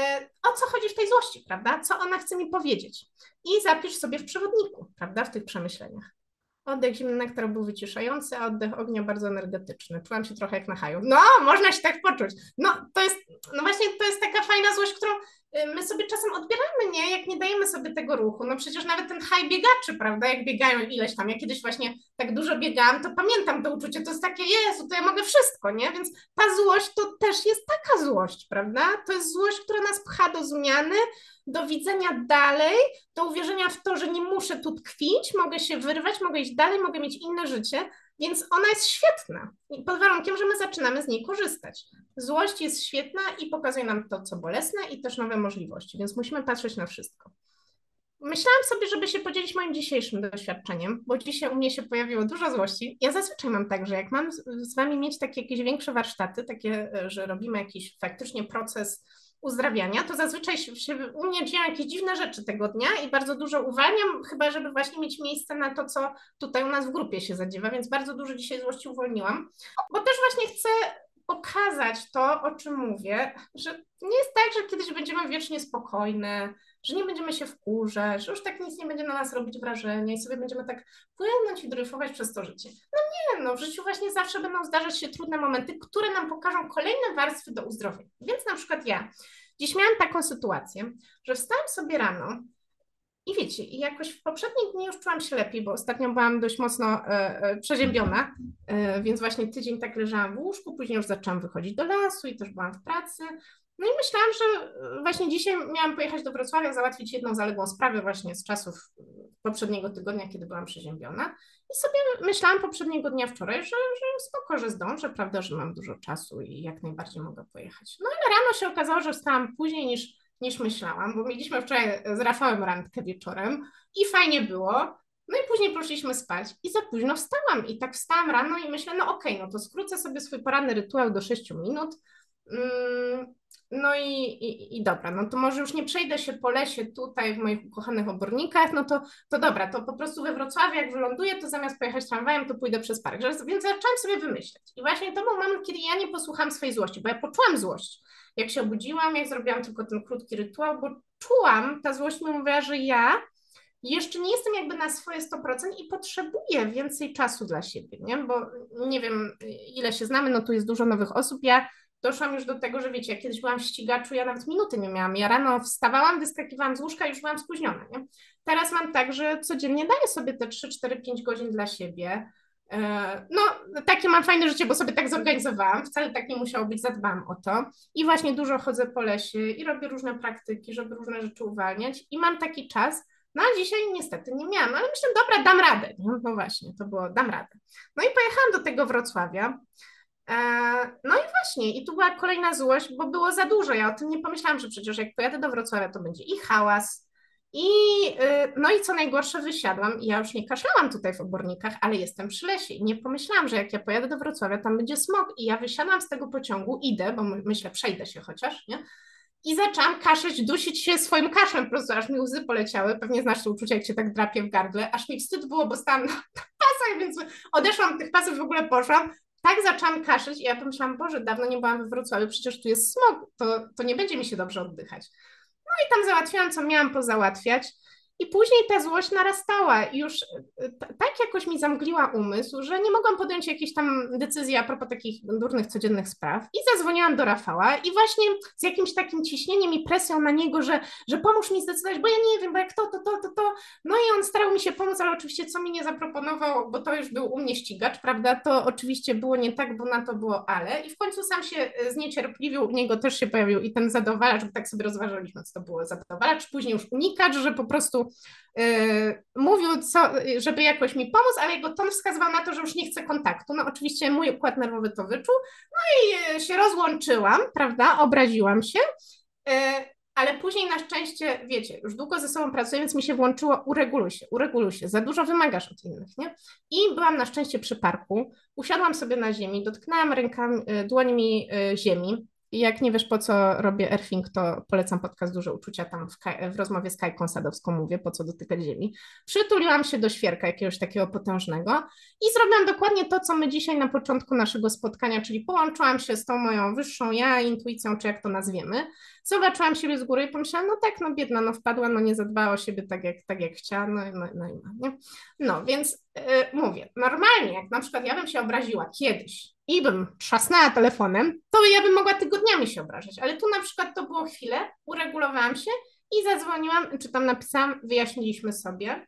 o co chodzi w tej złości, prawda? Co ona chce mi powiedzieć. I zapisz sobie w przewodniku, prawda? W tych przemyśleniach. Oddech zimny nektar był wyciszający, a oddech ognia bardzo energetyczny. Czułam się trochę jak na haju. No, można się tak poczuć. No, to jest, no właśnie to jest taka fajna złość, którą my sobie czasem odbieramy, nie? Jak nie dajemy sobie tego ruchu. No przecież nawet ten haj biegaczy, prawda? Jak biegają ileś tam. Ja kiedyś właśnie tak dużo biegałam, to pamiętam to uczucie. To jest takie, Jezu, to ja mogę wszystko, nie? Więc ta złość to też jest taka złość, prawda? To jest złość, która nas pcha do zmiany, do widzenia dalej, do uwierzenia w to, że nie muszę tu tkwić, mogę się wyrwać, mogę iść dalej, mogę mieć inne życie, więc ona jest świetna. I pod warunkiem, że my zaczynamy z niej korzystać. Złość jest świetna i pokazuje nam to, co bolesne i też nowe możliwości, więc musimy patrzeć na wszystko. Myślałam sobie, żeby się podzielić moim dzisiejszym doświadczeniem, bo dzisiaj u mnie się pojawiło dużo złości. Ja zazwyczaj mam tak, że jak mam z wami mieć takie jakieś większe warsztaty, takie, że robimy jakiś faktycznie proces uzdrawiania, to zazwyczaj się, się u mnie dzieją jakieś dziwne rzeczy tego dnia i bardzo dużo uwalniam, chyba żeby właśnie mieć miejsce na to, co tutaj u nas w grupie się zadziewa, więc bardzo dużo dzisiaj złości uwolniłam, bo też właśnie chcę pokazać to, o czym mówię, że nie jest tak, że kiedyś będziemy wiecznie spokojne, że nie będziemy się wkurzać, że już tak nic nie będzie na nas robić wrażenia i sobie będziemy tak płynąć i dryfować przez to życie. No nie, no w życiu właśnie zawsze będą zdarzać się trudne momenty, które nam pokażą kolejne warstwy do uzdrowienia. Więc na przykład ja dziś miałam taką sytuację, że wstałam sobie rano i wiecie, i jakoś w poprzednich dni już czułam się lepiej, bo ostatnio byłam dość mocno e, e, przeziębiona, e, więc właśnie tydzień tak leżałam w łóżku, później już zaczęłam wychodzić do lasu i też byłam w pracy. No i myślałam, że właśnie dzisiaj miałam pojechać do Wrocławia, załatwić jedną zaległą sprawę właśnie z czasów poprzedniego tygodnia, kiedy byłam przeziębiona. I sobie myślałam poprzedniego dnia wczoraj, że, że spoko, że zdążę, prawda, że mam dużo czasu i jak najbardziej mogę pojechać. No ale rano się okazało, że wstałam później niż, niż myślałam, bo mieliśmy wczoraj z Rafałem randkę wieczorem i fajnie było. No i później poszliśmy spać i za późno wstałam. I tak wstałam rano i myślę, no okej, okay, no to skrócę sobie swój poranny rytuał do sześciu minut. Mm, no i, i, i dobra, no to może już nie przejdę się po lesie tutaj w moich ukochanych obornikach, no to, to dobra, to po prostu we Wrocławiu jak wyląduję, to zamiast pojechać tramwajem, to pójdę przez park. Więc zaczęłam sobie wymyślać. I właśnie to był moment, kiedy ja nie posłuchałam swojej złości, bo ja poczułam złość. Jak się obudziłam, jak zrobiłam tylko ten krótki rytuał, bo czułam, ta złość mi mówiła, że ja jeszcze nie jestem jakby na swoje sto procent i potrzebuję więcej czasu dla siebie, nie? Bo nie wiem, ile się znamy, no tu jest dużo nowych osób. Ja doszłam już do tego, że wiecie, jak kiedyś byłam w ścigaczu, ja nawet minuty nie miałam. Ja rano wstawałam, wyskakiwałam z łóżka i już byłam spóźniona, nie? Teraz mam tak, że codziennie daję sobie te trzy, cztery, pięć godzin dla siebie. No, takie mam fajne życie, bo sobie tak zorganizowałam. Wcale tak nie musiało być, zadbałam o to. I właśnie dużo chodzę po lesie i robię różne praktyki, żeby różne rzeczy uwalniać. I mam taki czas. No a dzisiaj niestety nie miałam, ale myślę, dobra, dam radę. No, no właśnie, to było, dam radę. No i pojechałam do tego Wrocławia. No i właśnie, i tu była kolejna złość, bo było za dużo. Ja o tym nie pomyślałam, że przecież jak pojadę do Wrocławia, to będzie i hałas, i no i co najgorsze, wysiadłam i ja już nie kaszlałam tutaj w obornikach, ale jestem przy lesie i nie pomyślałam, że jak ja pojadę do Wrocławia, tam będzie smog i ja wysiadłam z tego pociągu, idę, bo myślę, przejdę się chociaż, nie? I zaczęłam kaszleć, dusić się swoim kaszlem, po prostu aż mi łzy poleciały. Pewnie znasz to uczucie, jak cię tak drapie w gardle. Aż mi wstyd było, bo stałam na pasach, więc odeszłam od tych pasów, w ogóle poszłam. Tak zaczęłam kaszleć i ja pomyślałam, Boże, dawno nie byłam we Wrocławiu, przecież tu jest smog, to, to nie będzie mi się dobrze oddychać. No i tam załatwiłam, co miałam pozałatwiać. I później ta złość narastała i już tak jakoś mi zamgliła umysł, że nie mogłam podjąć jakiejś tam decyzji a propos takich durnych, codziennych spraw. I zadzwoniłam do Rafała i właśnie z jakimś takim ciśnieniem i presją na niego, że, że pomóż mi zdecydować, bo ja nie wiem, bo jak to, to, to, to, to. No i on starał mi się pomóc, ale oczywiście co mi nie zaproponował, bo to już był u mnie ścigacz, prawda, to oczywiście było nie tak, bo na to było ale. I w końcu sam się zniecierpliwił, u niego też się pojawił i ten zadowalacz, bo tak sobie rozważaliśmy, co to było zadowalacz, później już unikacz, że po prostu Yy, mówił, co, żeby jakoś mi pomóc, ale jego ton wskazywał na to, że już nie chce kontaktu. No oczywiście mój układ nerwowy to wyczuł, no i yy, się rozłączyłam, prawda, obraziłam się, yy, ale później na szczęście, wiecie, już długo ze sobą pracuję, więc mi się włączyło ureguluj się, ureguluj się, za dużo wymagasz od innych, nie? I byłam na szczęście przy parku, usiadłam sobie na ziemi, dotknęłam rękami, yy, dłońmi yy, ziemi. I jak nie wiesz, po co robię earthing, to polecam podcast Duże Uczucia, tam w, w rozmowie z Kajką Sadowską mówię, po co dotykać ziemi. Przytuliłam się do świerka jakiegoś takiego potężnego i zrobiłam dokładnie to, co my dzisiaj na początku naszego spotkania, czyli połączyłam się z tą moją wyższą ja, intuicją, czy jak to nazwiemy. Zobaczyłam siebie z góry i pomyślałam, no tak, no biedna, no wpadła, no nie zadbała o siebie tak jak, tak jak chciała, no, no, no i ma, nie? No, więc yy, mówię, normalnie, jak na przykład ja bym się obraziła kiedyś, i bym trzasnęła telefonem, to ja bym mogła tygodniami się obrażać, ale tu na przykład to było chwilę, uregulowałam się i zadzwoniłam, czy tam napisałam, wyjaśniliśmy sobie.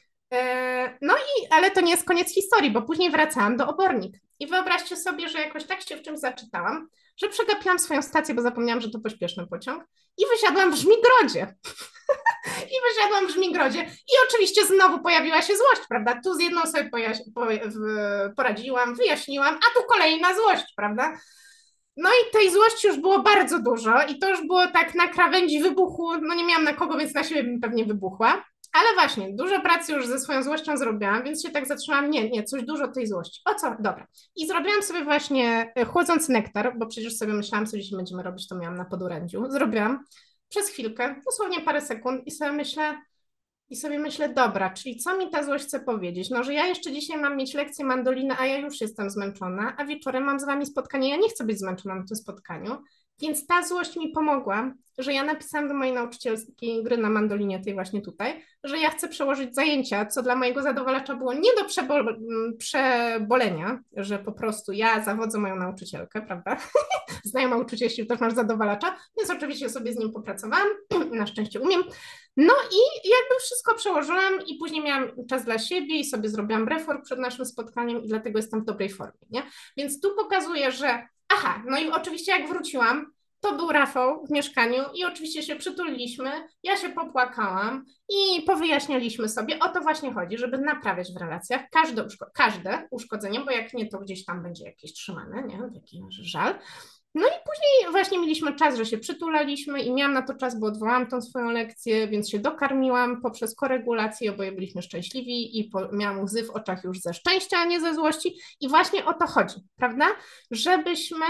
No i, ale to nie jest koniec historii, bo później wracałam do Obornik i wyobraźcie sobie, że jakoś tak się w czymś zaczytałam, że przegapiłam swoją stację, bo zapomniałam, że to pośpieszny pociąg i wysiadłam w Żmigrodzie. I wysiadłam w Żmigrodzie i oczywiście znowu pojawiła się złość, prawda? Tu z jedną sobie poradziłam, wyjaśniłam, a tu kolejna złość, prawda? No i tej złości już było bardzo dużo i to już było tak na krawędzi wybuchu, no nie miałam na kogo, więc na siebie bym pewnie wybuchła, ale właśnie, dużo pracy już ze swoją złością zrobiłam, więc się tak zatrzymałam, nie, nie, coś dużo tej złości. O co? Dobra. I zrobiłam sobie właśnie chłodzący nektar, bo przecież sobie myślałam, co dzisiaj będziemy robić, to miałam na podorędziu. Zrobiłam przez chwilkę, dosłownie parę sekund i sobie myślę, i sobie myślę, dobra, czyli co mi ta złość chce powiedzieć? No, że ja jeszcze dzisiaj mam mieć lekcję mandoliny, a ja już jestem zmęczona, a wieczorem mam z wami spotkanie, ja nie chcę być zmęczona na tym spotkaniu, więc ta złość mi pomogła, że ja napisałam do mojej nauczycielskiej gry na mandolinie, tej właśnie tutaj, że ja chcę przełożyć zajęcia, co dla mojego zadowalacza było nie do przebol przebolenia, że po prostu ja zawodzę moją nauczycielkę, prawda? Znają nauczyciel, jeśli też masz zadowalacza, więc oczywiście sobie z nim popracowałam, na szczęście umiem. No i jakby wszystko przełożyłam i później miałam czas dla siebie i sobie zrobiłam breathwork przed naszym spotkaniem i dlatego jestem w dobrej formie, nie? Więc tu pokazuję, że aha, no i oczywiście jak wróciłam, to był Rafał w mieszkaniu i oczywiście się przytuliliśmy, ja się popłakałam i powyjaśnialiśmy sobie, o to właśnie chodzi, żeby naprawiać w relacjach każde, uszko każde uszkodzenie, bo jak nie, to gdzieś tam będzie jakieś trzymane, nie? Taki żal. No i później właśnie mieliśmy czas, że się przytulaliśmy i miałam na to czas, bo odwołałam tą swoją lekcję, więc się dokarmiłam poprzez koregulację, oboje byliśmy szczęśliwi i po, miałam łzy w oczach już ze szczęścia, a nie ze złości. I właśnie o to chodzi, prawda? Żebyśmy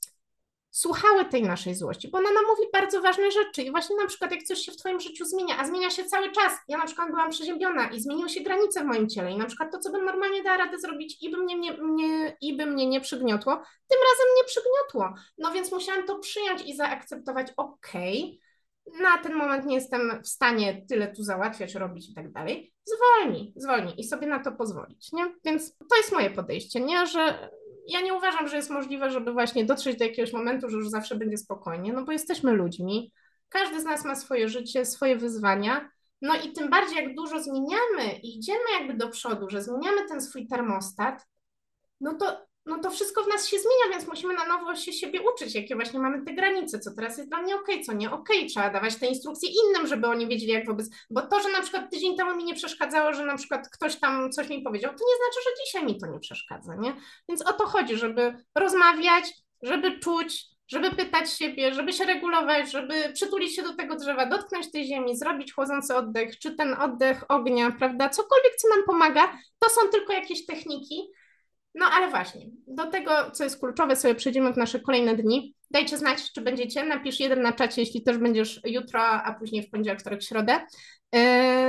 słuchały tej naszej złości, bo ona nam mówi bardzo ważne rzeczy i właśnie na przykład jak coś się w twoim życiu zmienia, a zmienia się cały czas. Ja na przykład byłam przeziębiona i zmieniły się granice w moim ciele i na przykład to, co bym normalnie dała radę zrobić i by mnie nie, nie, i by mnie nie przygniotło, tym razem nie przygniotło. No więc musiałam to przyjąć i zaakceptować, okej, okay, na ten moment nie jestem w stanie tyle tu załatwiać, robić i tak dalej. Zwolnij, zwolnij i sobie na to pozwolić, nie? Więc to jest moje podejście, nie? Że ja nie uważam, że jest możliwe, żeby właśnie dotrzeć do jakiegoś momentu, że już zawsze będzie spokojnie, no bo jesteśmy ludźmi, każdy z nas ma swoje życie, swoje wyzwania, no i tym bardziej jak dużo zmieniamy i idziemy jakby do przodu, że zmieniamy ten swój termostat, no to, no to wszystko w nas się zmienia, więc musimy na nowo się siebie uczyć, jakie właśnie mamy te granice, co teraz jest dla mnie okej, co nie okej, trzeba dawać te instrukcje innym, żeby oni wiedzieli jak wobec, bo to, że na przykład tydzień temu mi nie przeszkadzało, że na przykład ktoś tam coś mi powiedział, to nie znaczy, że dzisiaj mi to nie przeszkadza, nie? Więc o to chodzi, żeby rozmawiać, żeby czuć, żeby pytać siebie, żeby się regulować, żeby przytulić się do tego drzewa, dotknąć tej ziemi, zrobić chłodzący oddech, czy ten oddech ognia, prawda? Cokolwiek, co nam pomaga, to są tylko jakieś techniki. No ale właśnie, do tego, co jest kluczowe, sobie przejdziemy w nasze kolejne dni. Dajcie znać, czy będziecie. Napisz jeden na czacie, jeśli też będziesz jutro, a później w poniedziałek, wtorek, środę. Yy,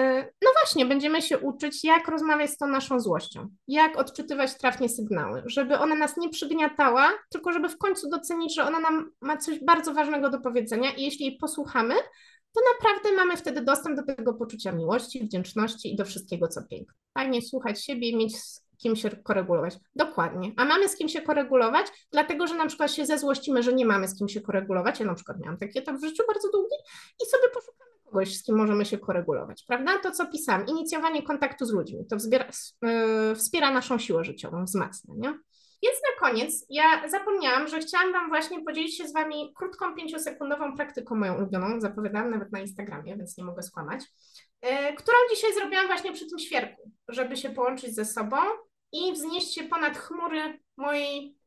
no właśnie, będziemy się uczyć, jak rozmawiać z tą naszą złością, jak odczytywać trafnie sygnały, żeby ona nas nie przygniatała, tylko żeby w końcu docenić, że ona nam ma coś bardzo ważnego do powiedzenia i jeśli jej posłuchamy, to naprawdę mamy wtedy dostęp do tego poczucia miłości, wdzięczności i do wszystkiego, co piękne. Fajnie słuchać siebie i mieć z kim się koregulować. Dokładnie. A mamy z kim się koregulować, dlatego że na przykład się zezłościmy, że nie mamy z kim się koregulować. Ja na przykład miałam taki etap w życiu bardzo długi i sobie poszukamy kogoś, z kim możemy się koregulować, prawda? To, co pisałam, inicjowanie kontaktu z ludźmi, to wspiera, yy, wspiera naszą siłę życiową, wzmacnia, nie? Więc na koniec ja zapomniałam, że chciałam Wam właśnie podzielić się z Wami krótką, pięciosekundową praktyką moją ulubioną, zapowiadałam nawet na Instagramie, więc nie mogę skłamać, yy, którą dzisiaj zrobiłam właśnie przy tym świerku, żeby się połączyć ze sobą i wznieść się ponad chmury mojej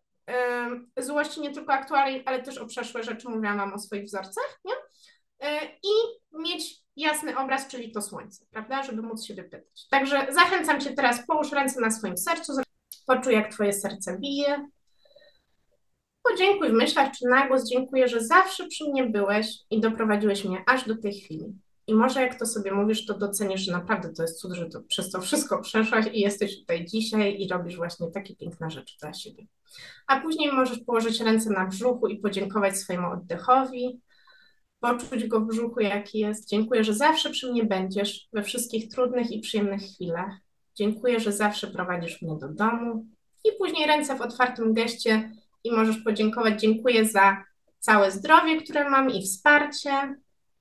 yy, złości, nie tylko aktualnej, ale też o przeszłe rzeczy, mówiłam Wam o swoich wzorcach, nie? Yy, I mieć jasny obraz, czyli to słońce, prawda, żeby móc się wypytać. Także zachęcam Cię teraz, połóż ręce na swoim sercu, poczuj, jak Twoje serce bije. Podziękuj w myślach czy na głos. Dziękuję, że zawsze przy mnie byłeś i doprowadziłeś mnie aż do tej chwili. I może jak to sobie mówisz, to docenisz, że naprawdę to jest cud, że to przez to wszystko przeszłaś i jesteś tutaj dzisiaj i robisz właśnie takie piękne rzeczy dla siebie. A później możesz położyć ręce na brzuchu i podziękować swojemu oddechowi, poczuć go w brzuchu, jaki jest. Dziękuję, że zawsze przy mnie będziesz we wszystkich trudnych i przyjemnych chwilach. Dziękuję, że zawsze prowadzisz mnie do domu. I później ręce w otwartym geście i możesz podziękować. Dziękuję za całe zdrowie, które mam i wsparcie.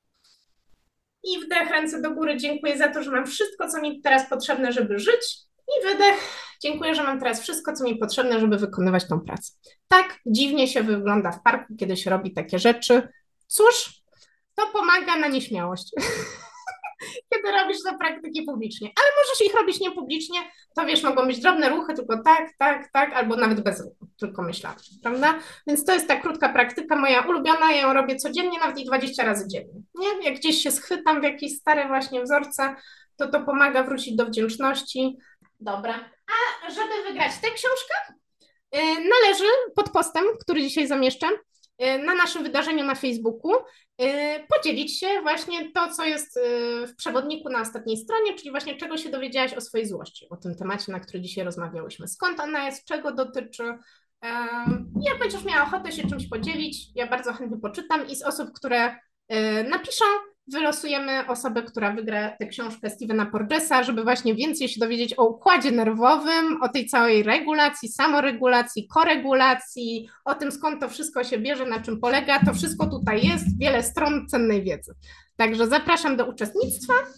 I wdech, ręce do góry. Dziękuję za to, że mam wszystko, co mi teraz potrzebne, żeby żyć. I wydech. Dziękuję, że mam teraz wszystko, co mi potrzebne, żeby wykonywać tą pracę. Tak dziwnie się wygląda w parku, kiedy się robi takie rzeczy. Cóż, to pomaga na nieśmiałość. Kiedy robisz te praktyki publicznie. Ale możesz ich robić niepublicznie, to wiesz, mogą być drobne ruchy, tylko tak, tak, tak, albo nawet bez ruchu, tylko myślami, prawda? Więc to jest ta krótka praktyka moja ulubiona, ja ją robię codziennie, nawet i dwadzieścia razy dziennie, nie? Jak gdzieś się schwytam w jakieś stare właśnie wzorce, to to pomaga wrócić do wdzięczności. Dobra. A żeby wygrać tę książkę, yy, należy pod postem, który dzisiaj zamieszczę, na naszym wydarzeniu na Facebooku podzielić się właśnie to, co jest w przewodniku na ostatniej stronie, czyli właśnie czego się dowiedziałaś o swojej złości, o tym temacie, na który dzisiaj rozmawiałyśmy. Skąd ona jest, czego dotyczy. Jak będziesz miała ochotę się czymś podzielić, ja bardzo chętnie poczytam i z osób, które napiszą, wylosujemy osobę, która wygra tę książkę Stephena Porgesa, żeby właśnie więcej się dowiedzieć o układzie nerwowym, o tej całej regulacji, samoregulacji, koregulacji, o tym, skąd to wszystko się bierze, na czym polega. To wszystko tutaj jest, wiele stron cennej wiedzy. Także zapraszam do uczestnictwa.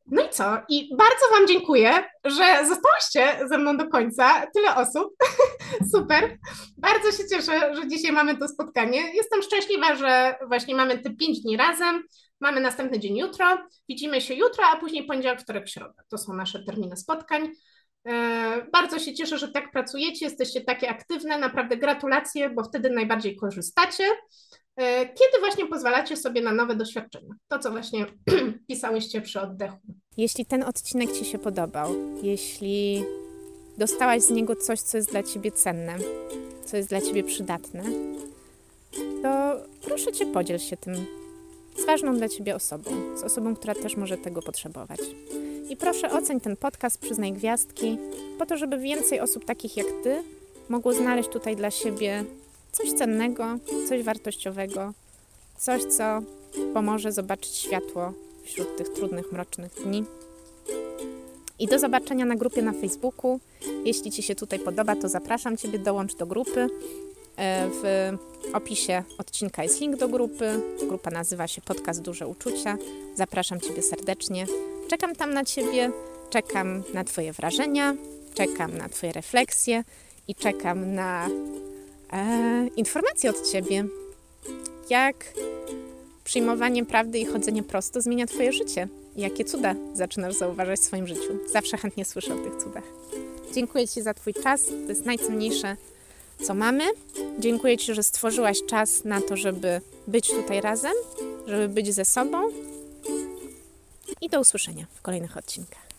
No i co? I bardzo Wam dziękuję, że zostałyście ze mną do końca. Tyle osób. Super. Bardzo się cieszę, że dzisiaj mamy to spotkanie. Jestem szczęśliwa, że właśnie mamy te pięć dni razem. Mamy następny dzień jutro. Widzimy się jutro, a później poniedziałek, wtorek, środa. To są nasze terminy spotkań. E, Bardzo się cieszę, że tak pracujecie, jesteście takie aktywne. Naprawdę gratulacje, bo wtedy najbardziej korzystacie. E, Kiedy właśnie pozwalacie sobie na nowe doświadczenia? To, co właśnie pisałyście przy oddechu. Jeśli ten odcinek Ci się podobał, jeśli dostałaś z niego coś, co jest dla Ciebie cenne, co jest dla Ciebie przydatne, to proszę Cię, podziel się tym z ważną dla Ciebie osobą, z osobą, która też może tego potrzebować. I proszę oceń ten podcast, przyznaj gwiazdki, po to, żeby więcej osób takich jak Ty mogło znaleźć tutaj dla siebie coś cennego, coś wartościowego, coś, co pomoże zobaczyć światło wśród tych trudnych, mrocznych dni. I do zobaczenia na grupie na Facebooku. Jeśli Ci się tutaj podoba, to zapraszam Ciebie, dołącz do grupy. W opisie odcinka jest link do grupy. Grupa nazywa się Podcast Duże Uczucia. Zapraszam Ciebie serdecznie. Czekam tam na Ciebie, czekam na Twoje wrażenia, czekam na Twoje refleksje i czekam na e, informacje od Ciebie, jak przyjmowanie prawdy i chodzenie prosto zmienia Twoje życie. Jakie cuda zaczynasz zauważać w swoim życiu. Zawsze chętnie słyszę o tych cudach. Dziękuję Ci za Twój czas. To jest najcenniejsze, co mamy. Dziękuję Ci, że stworzyłaś czas na to, żeby być tutaj razem, żeby być ze sobą. I do usłyszenia w kolejnych odcinkach.